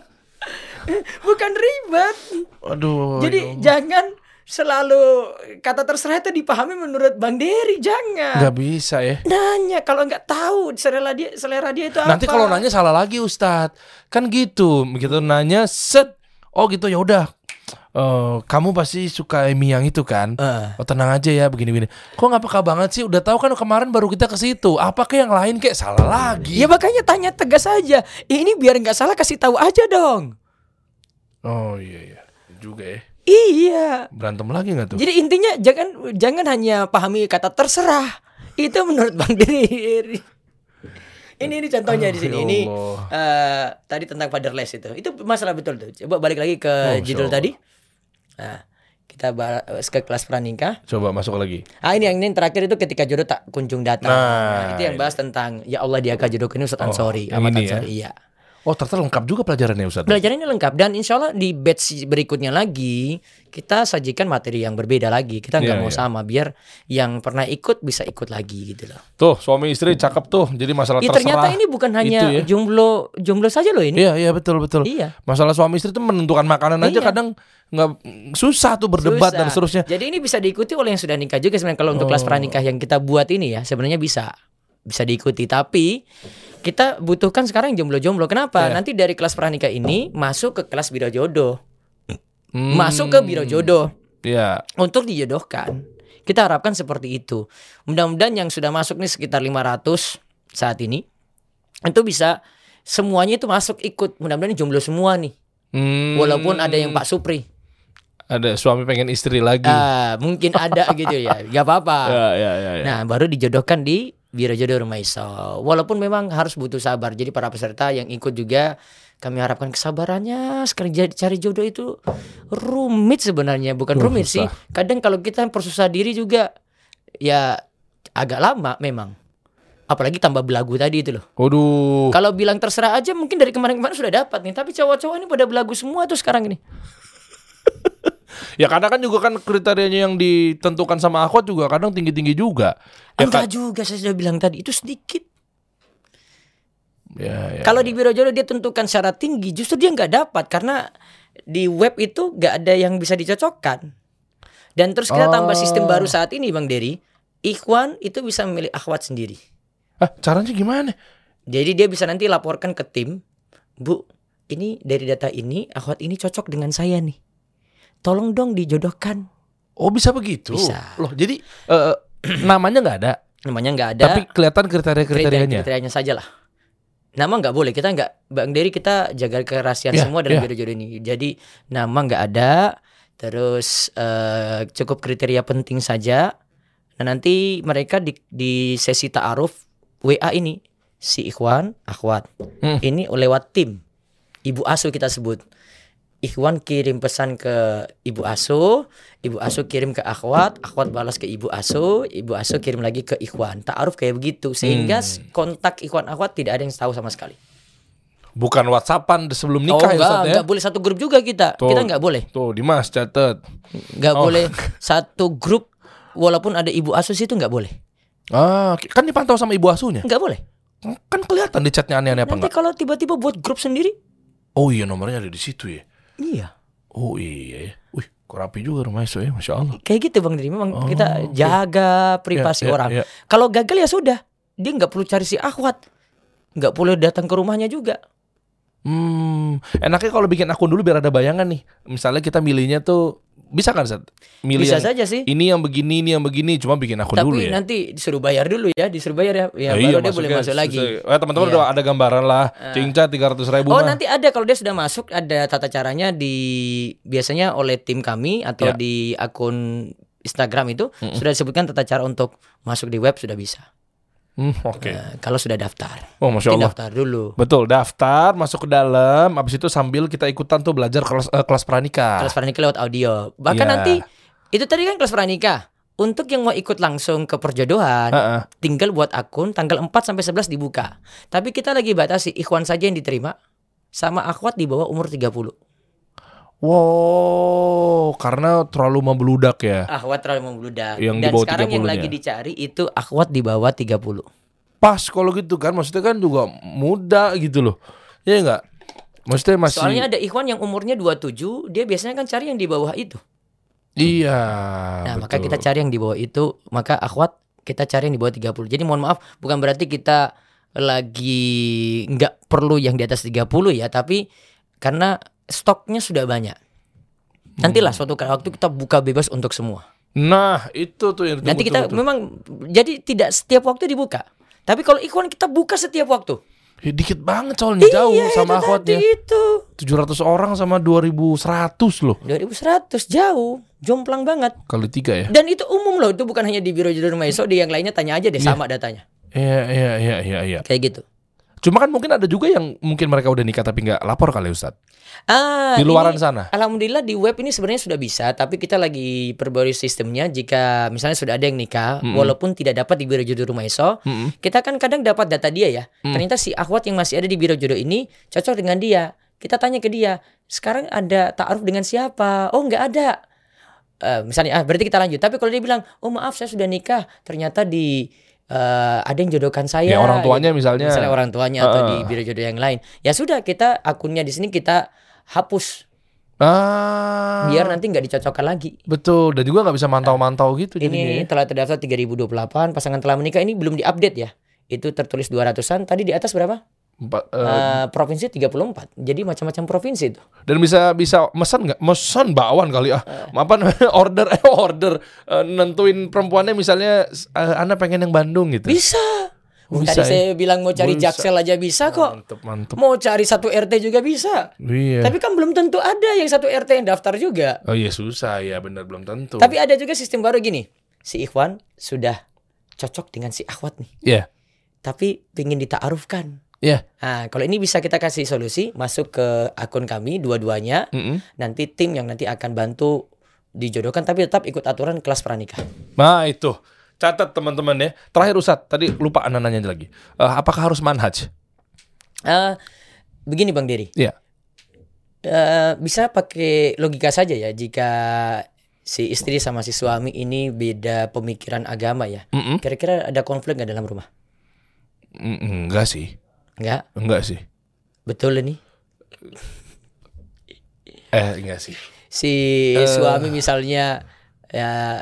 Bukan ribet. Aduh. Jadi jangan selalu kata terserah itu dipahami menurut Bang Dery, jangan. Nggak bisa ya. Nanya kalau nggak tahu selera dia itu apa. Nanti kalau nanya salah lagi Ustadz. Kan gitu, begitu nanya set. Oh gitu, ya udah. Kamu pasti suka mie yang itu kan? Oh tenang aja ya, begini-begini. Kok nggak peka banget sih? Udah tahu kan kemarin baru kita ke situ. Apakah yang lain kayak salah lagi? Ya makanya tanya tegas aja. Ini biar nggak salah kasih tahu aja dong. Oh iya juga ya. Iya. Berantem lagi nggak tuh? Jadi intinya jangan hanya pahami kata terserah. Itu menurut Bang Dery. Ini contohnya di sini. Ini tadi tentang fatherless itu. Itu masalah betul tuh. Coba balik lagi ke judul tadi. Nah, kita bahas ke kelas pranikah. Coba masuk lagi. Ini yang terakhir itu ketika jodoh tak kunjung datang. Itu yang bahas tentang ya Allah diaga jodohku ini Ustaz Ansori, Ahmad Ansori. Iya. Oh, ternyata lengkap juga pelajarannya Ustaz. Pelajarannya lengkap dan insya Allah di batch berikutnya lagi kita sajikan materi yang berbeda lagi. Kita nggak mau sama biar yang pernah ikut bisa ikut lagi gitu loh. Tuh suami istri cakep tuh. Jadi masalah terserah. Ternyata ini bukan hanya jomblo saja loh ini. Iya betul. Iya. Masalah suami istri itu menentukan makanan aja kadang nggak susah tuh berdebat dan seterusnya. Jadi ini bisa diikuti oleh yang sudah nikah juga sebenarnya. Kalau untuk kelas pranikah yang kita buat ini ya sebenarnya bisa diikuti, tapi kita butuhkan sekarang jomblo-jomblo. Kenapa? Nanti dari kelas pranikah ini masuk ke kelas biro jodoh. Masuk ke biro jodoh. Untuk dijodohkan. Kita harapkan seperti itu. Mudah-mudahan yang sudah masuk nih sekitar 500 saat ini itu bisa semuanya itu masuk ikut. Mudah-mudahan jomblo semua nih. Walaupun ada yang Pak Supri. Ada suami pengen istri lagi. Mungkin ada gitu ya. Gak apa-apa. Ya. Nah, baru dijodohkan di Biro Jodoh Rumah Iso. Walaupun memang harus butuh sabar. Jadi para peserta yang ikut juga kami harapkan kesabarannya. Sekarang cari jodoh itu rumit sebenarnya. Bukan rumit sih. Kadang kalau kita persusah diri juga ya agak lama memang. Apalagi tambah belagu tadi itu loh. Waduh. Kalau bilang terserah aja mungkin dari kemarin-kemarin sudah dapat nih. Tapi cowok-cowok ini pada belagu semua tuh sekarang ini. Ya kadang kan juga kan kriterianya yang ditentukan sama akhwat juga kadang tinggi-tinggi juga. Enggak juga, saya sudah bilang tadi itu sedikit. Kalau di biro jodoh dia tentukan syarat tinggi, justru dia nggak dapat karena di web itu nggak ada yang bisa dicocokkan. Dan terus kita tambah sistem baru saat ini Bang Dery, ikhwan itu bisa memilih akhwat sendiri. Caranya gimana? Jadi dia bisa nanti laporkan ke tim, Bu, ini dari data ini akhwat ini cocok dengan saya nih. Tolong dong dijodohkan. Oh bisa begitu? Bisa. Loh jadi namanya nggak ada? Namanya nggak ada. Tapi kelihatan kriterianya? Kriterianya saja lah. Nama nggak boleh. Kita nggak, Bang Dery kita jaga kerahasiaan semua dalam biro jodoh ini. Jadi nama nggak ada. Terus cukup kriteria penting saja. Nah nanti mereka di sesi ta'aruf WA ini. Si ikhwan, akhwat. Ini lewat tim. Ibu asuh kita sebut. Ikhwan kirim pesan ke ibu asuh kirim ke akhwat balas ke ibu asuh kirim lagi ke ikhwan. Ta'aruf kayak begitu sehingga kontak ikhwan akhwat tidak ada yang tahu sama sekali. Bukan WhatsAppan sebelum nikah enggak boleh satu grup juga kita. Kita enggak boleh. Tuh Dimas catat. Enggak boleh satu grup walaupun ada ibu asuh itu enggak boleh. Kan dipantau sama ibu asuhnya? Enggak boleh. Kan kelihatan di chatnya aneh-aneh apa enggak? Nanti kalau tiba-tiba buat grup sendiri. Oh iya nomornya ada di situ ya. Iya. Oh iya. Wih, kok rapi juga rumah Iso ya, Masya Allah. Kayak gitu Bang Dery, memang kita jaga privasi orang. Kalau gagal ya sudah, dia nggak perlu cari si akhwat, nggak perlu datang ke rumahnya juga. Enaknya kalau bikin akun dulu biar ada bayangan nih. Misalnya kita milihnya tuh bisa kan Ustaz? Milih bisa saja sih. Ini yang begini, cuma bikin akun dulu ya. Tapi nanti disuruh bayar dulu ya, baru dia boleh masuk lagi. Teman-teman udah ada gambaran lah. Cingca 300.000. Nanti ada kalau dia sudah masuk ada tata caranya biasanya oleh tim kami atau di akun Instagram itu sudah disebutkan tata cara untuk masuk di web sudah bisa. Kalau sudah daftar. Oh Masya Allah. Daftar dulu. Betul, daftar, masuk ke dalam. Habis itu sambil kita ikutan tuh belajar kelas pranikah. Kelas pranikah lewat audio. Bahkan nanti itu tadi kan kelas pranikah. Untuk yang mau ikut langsung ke perjodohan, tinggal buat akun tanggal 4 sampai 11 dibuka. Tapi kita lagi batasi ikhwan saja yang diterima sama akhwat di bawah umur 30. Wow, karena terlalu membludak ya. Akhwat terlalu membludak. Yang dan sekarang yang lagi dicari itu akhwat di bawah 30. Pas kalau gitu kan, maksudnya kan juga muda gitu loh. Ya enggak? Maksudnya masih. Soalnya ada ikhwan yang umurnya 27, dia biasanya kan cari yang di bawah itu. Iya. Nah, betul. Maka kita cari yang di bawah itu, maka akhwat kita cari yang di bawah 30. Jadi mohon maaf, bukan berarti kita lagi nggak perlu yang di atas 30 ya, tapi karena stoknya sudah banyak. Nantilah suatu waktu kita buka bebas untuk semua. Nah, itu tuh yang nanti kita memang jadi tidak setiap waktu dibuka. Tapi kalau ikhwan kita buka setiap waktu. Ya, dikit banget soalnya jauh sama akhwatnya. Itu 700 orang sama 2.100 loh. 2.100 jauh, jomplang banget. Kali 3 ya. Dan itu umum loh, itu bukan hanya di Biro Jodoh Rumah Iso, di yang lainnya tanya aja deh sama datanya. Iya. Kayak gitu. Cuma kan mungkin ada juga yang mungkin mereka udah nikah tapi nggak lapor kali Ustadz. Di luaran sana. Alhamdulillah di web ini sebenarnya sudah bisa, tapi kita lagi perbarui sistemnya. Jika misalnya sudah ada yang nikah, walaupun tidak dapat di Biro Jodoh Rumah Iso, kita kan kadang dapat data dia ya. Ternyata si akhwat yang masih ada di Biro Jodoh ini cocok dengan dia. Kita tanya ke dia, sekarang ada ta'aruf dengan siapa? Oh nggak ada. Misalnya, berarti kita lanjut. Tapi kalau dia bilang, oh maaf saya sudah nikah, ternyata di ada yang jodohkan saya. Ya orang tuanya misalnya orang tuanya atau di biro jodoh yang lain. Ya sudah, kita akunnya di sini kita hapus. Biar nanti nggak dicocokkan lagi. Betul, dan juga nggak bisa mantau-mantau gitu. Ini telah terdaftar 3028, pasangan telah menikah ini belum diupdate ya. Itu tertulis 200-an, tadi di atas berapa? Provinsi 34. Jadi macam-macam provinsi itu. Dan bisa mesen nggak? Mesen bakwan kali apa order nentuin perempuannya misalnya Anda pengen yang Bandung gitu. Bisa. Tadi saya bilang mau cari Jaksel aja bisa kok. Mantep. Mau cari satu RT juga bisa. Iya. Tapi kan belum tentu ada yang satu RT yang daftar juga. Oh iya susah ya, benar belum tentu. Tapi ada juga sistem baru gini. Si Ikhwan sudah cocok dengan si akhwat nih. Iya. Tapi pengen dita'arufkan. Iya. Nah, kalau ini bisa kita kasih solusi, masuk ke akun kami dua-duanya. Nanti tim yang nanti akan bantu dijodohkan, tapi tetap ikut aturan kelas pranikah. Nah itu, catat teman-teman ya. Terakhir Ustadz, tadi lupa Anda nanya lagi. Apakah harus manhaj? Begini Bang Dery. Iya. Bisa pakai logika saja ya. Jika si istri sama si suami ini beda pemikiran agama ya. Kira-kira ada konflik nggak dalam rumah? Enggak sih. Enggak sih. Betul ini? Enggak sih. Si suami misalnya ya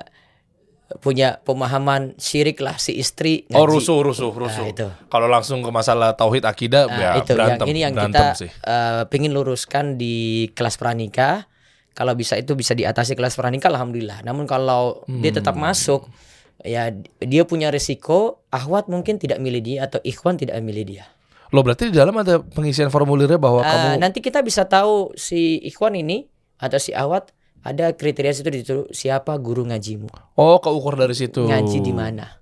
punya pemahaman syirik lah, si istri ngaji. Rusuh. Itu. Kalau langsung ke masalah tauhid akidah ya itu berantem. Yang kita pengen luruskan di kelas pranikah. Kalau bisa itu bisa diatasi kelas pranikah, alhamdulillah. Namun kalau dia tetap masuk, ya dia punya risiko akhwat mungkin tidak milih dia atau ikhwan tidak milih dia. Loh berarti di dalam ada pengisian formulirnya bahwa kamu nanti kita bisa tahu si ikhwan ini atau si akhwat ada kriteria situ ditulis siapa guru ngajimu. Oh, keukur dari situ. Ngaji di mana?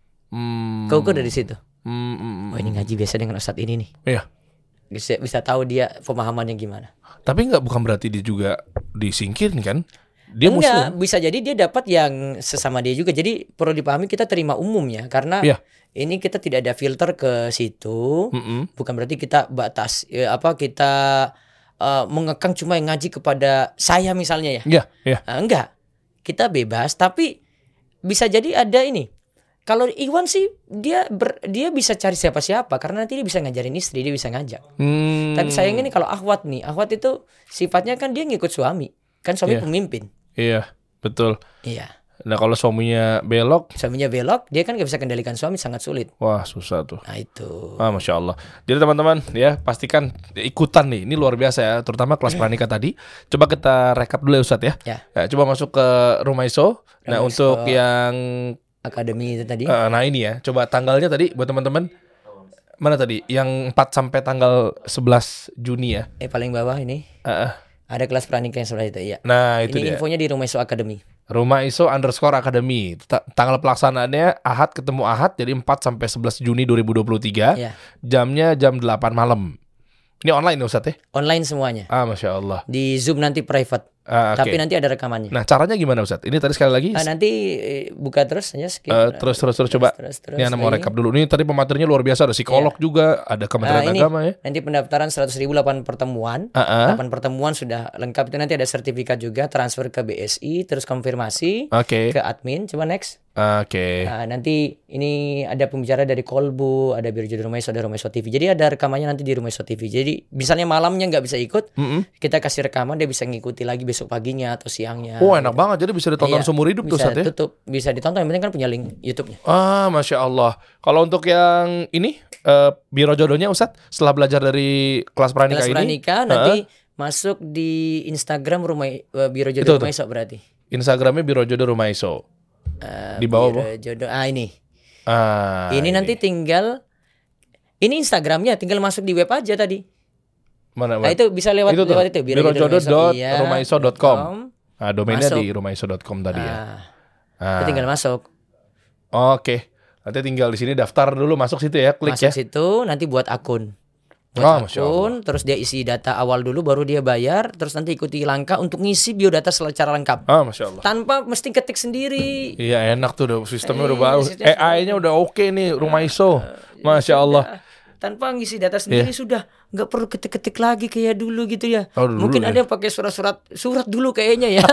Keukur dari situ. Oh ini ngaji biasa dengan ustadz ini nih. Iya. Bisa tahu dia pemahamannya gimana. Tapi bukan berarti dia juga disingkirin kan? Dia enggak, muslim. bisa jadi dia dapat yang sesama dia juga. Jadi perlu dipahami kita terima umumnya karena ini kita tidak ada filter ke situ. Bukan berarti kita batas kita mengekang cuma yang ngaji kepada saya misalnya ya. Iya. Enggak. Kita bebas tapi bisa jadi ada ini. Kalau Iwan sih dia bisa cari siapa-siapa karena nanti dia bisa ngajarin istri, dia bisa ngajak. Tapi sayangnya nih kalau akhwat itu sifatnya kan dia ngikut suami. Kan suami pemimpin. Iya, betul. Iya. Nah kalau suaminya belok, dia kan gak bisa kendalikan suami, sangat sulit. Wah susah tuh. Nah itu. Masya Allah. Jadi teman-teman ya pastikan ikutan nih. Ini luar biasa ya. Terutama kelas pranikah tadi. Coba kita rekap dulu ya Ustadz ya. Coba masuk ke Rumah Iso. Nah untuk yang akademi itu tadi. Nah ini ya. Coba tanggalnya tadi buat teman-teman. Mana tadi? Yang 4 sampai tanggal 11 Juni ya. Paling bawah ini. Ada kelas pranikah yang sebelah itu ya. Nah itu ini dia. Infonya di Rumah Iso Academy. Rumah Iso _Academy. Tanggal pelaksanaannya Ahad ketemu Ahad. Jadi 4 sampai 11 Juni 2023. Jamnya jam 8 malam. Ini online ya Ustadz ya? Online semuanya. Masya Allah. Di Zoom nanti private. Tapi nanti ada rekamannya. Nah caranya gimana Ustadz? Ini tadi sekali lagi. Nanti buka terus aja. Terus coba. Ini Anda mau rekap dulu. Ini tadi pematerinya luar biasa. Ada psikolog juga. Ada Kementerian Agama ya. Nanti pendaftaran 100.000 8 pertemuan. 8 pertemuan sudah lengkap. Itu nanti ada sertifikat juga. Transfer ke BSI. Terus konfirmasi ke admin. Coba next. Nanti ini ada pembicara dari Kolbu, ada Biro Jodoh Rumah Iso, ada Rumah Iso TV. Jadi ada rekamannya nanti di Rumah Iso TV. Jadi misalnya malamnya nggak bisa ikut, kita kasih rekaman, dia bisa ngikuti lagi besok paginya atau siangnya. Enak banget. Jadi bisa ditonton seumur hidup tuh Ustadz ya? Bisa ditonton. Yang penting kan punya link YouTube-nya. Masya Allah. Kalau untuk yang ini Biro Jodohnya Ustadz, setelah belajar dari kelas pranikah nanti masuk di Instagram Biro Jodoh Rumah Iso berarti. Instagramnya Biro Jodoh Rumah Iso. Di bawah Biro Jodoh. Ini. Ini nanti tinggal ini Instagramnya tinggal masuk di web aja tadi. Mana? Itu bisa lewat itu birojodoh.rumaiso.com. Domainnya di rumaiso.com tadi ya. Itu tinggal masuk. Oke. Nanti tinggal di sini daftar dulu, masuk situ ya, klik Masuk ya. situ, nanti buat akun. Masya Akun, terus dia isi data awal dulu, baru dia bayar, terus nanti ikuti langkah untuk ngisi biodata secara lengkap. Masya Allah. Tanpa mesti ketik sendiri. Iya enak tuh, sistemnya udah bagus. sistemnya AI-nya udah oke nih, rumah ISO. Masya Allah. Tanpa ngisi data sendiri sudah, nggak perlu ketik-ketik lagi kayak dulu gitu ya. Mungkin ada yang pakai surat dulu kayaknya ya.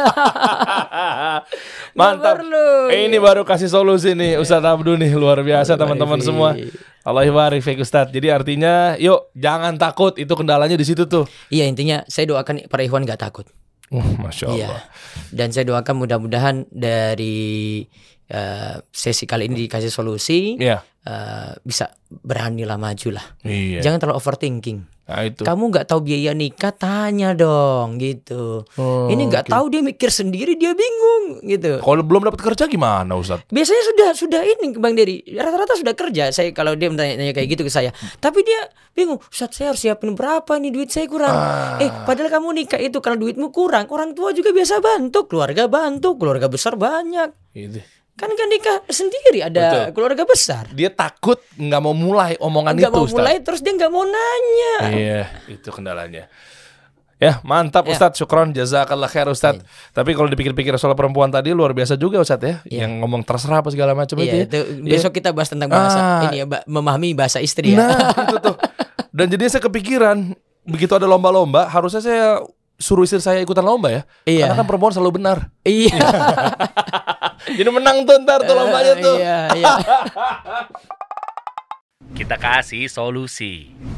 Mantap. Ini baru kasih solusi nih Ustadz Abdu nih, luar biasa teman-teman semua. Allah barik fiik Ustadz. Jadi artinya, yuk jangan takut, itu kendalanya di situ tuh. Iya, intinya saya doakan para ikhwan nggak takut. Masya Allah. Iya. Dan saya doakan mudah-mudahan dari sesi kali ini dikasih solusi, bisa beranilah maju lah. Iya. Jangan terlalu overthinking. Nah, itu. Kamu nggak tahu biaya nikah, tanya dong gitu. Ini nggak tahu, dia mikir sendiri, dia bingung gitu. Kalau belum dapat kerja gimana Ustadz? Biasanya sudah ini Bang Dery, rata-rata sudah kerja. Saya kalau dia nanya kayak gitu ke saya, tapi dia bingung. Ustadz, saya harus siapin berapa nih, duit saya kurang. Padahal kamu nikah itu karena duitmu kurang, orang tua juga biasa bantu, keluarga besar banyak. Itu. Kan nikah sendiri ada keluarga besar. Dia takut nggak mau mulai omongan nggak itu, mau Ustadz. mulai, terus dia nggak mau nanya. Iya, itu kendalanya. Ya, mantap Ustadz, syukron, jazakallah khair Ustadz. Tapi kalau dipikir-pikir soal perempuan tadi luar biasa juga Ustadz ya, yang ngomong terserah apa segala macam itu. Itu besok kita bahas tentang bahasa ini ya, memahami bahasa istri ya. Nah, itu tuh. Dan jadinya saya kepikiran, begitu ada lomba-lomba, harusnya saya suruh istri saya ikutan lomba ya. Iya. Karena kan perempuan selalu benar. Iya. Jadi menang tuh ntar tuh lombanya tuh. Iya. Kita kasih solusi.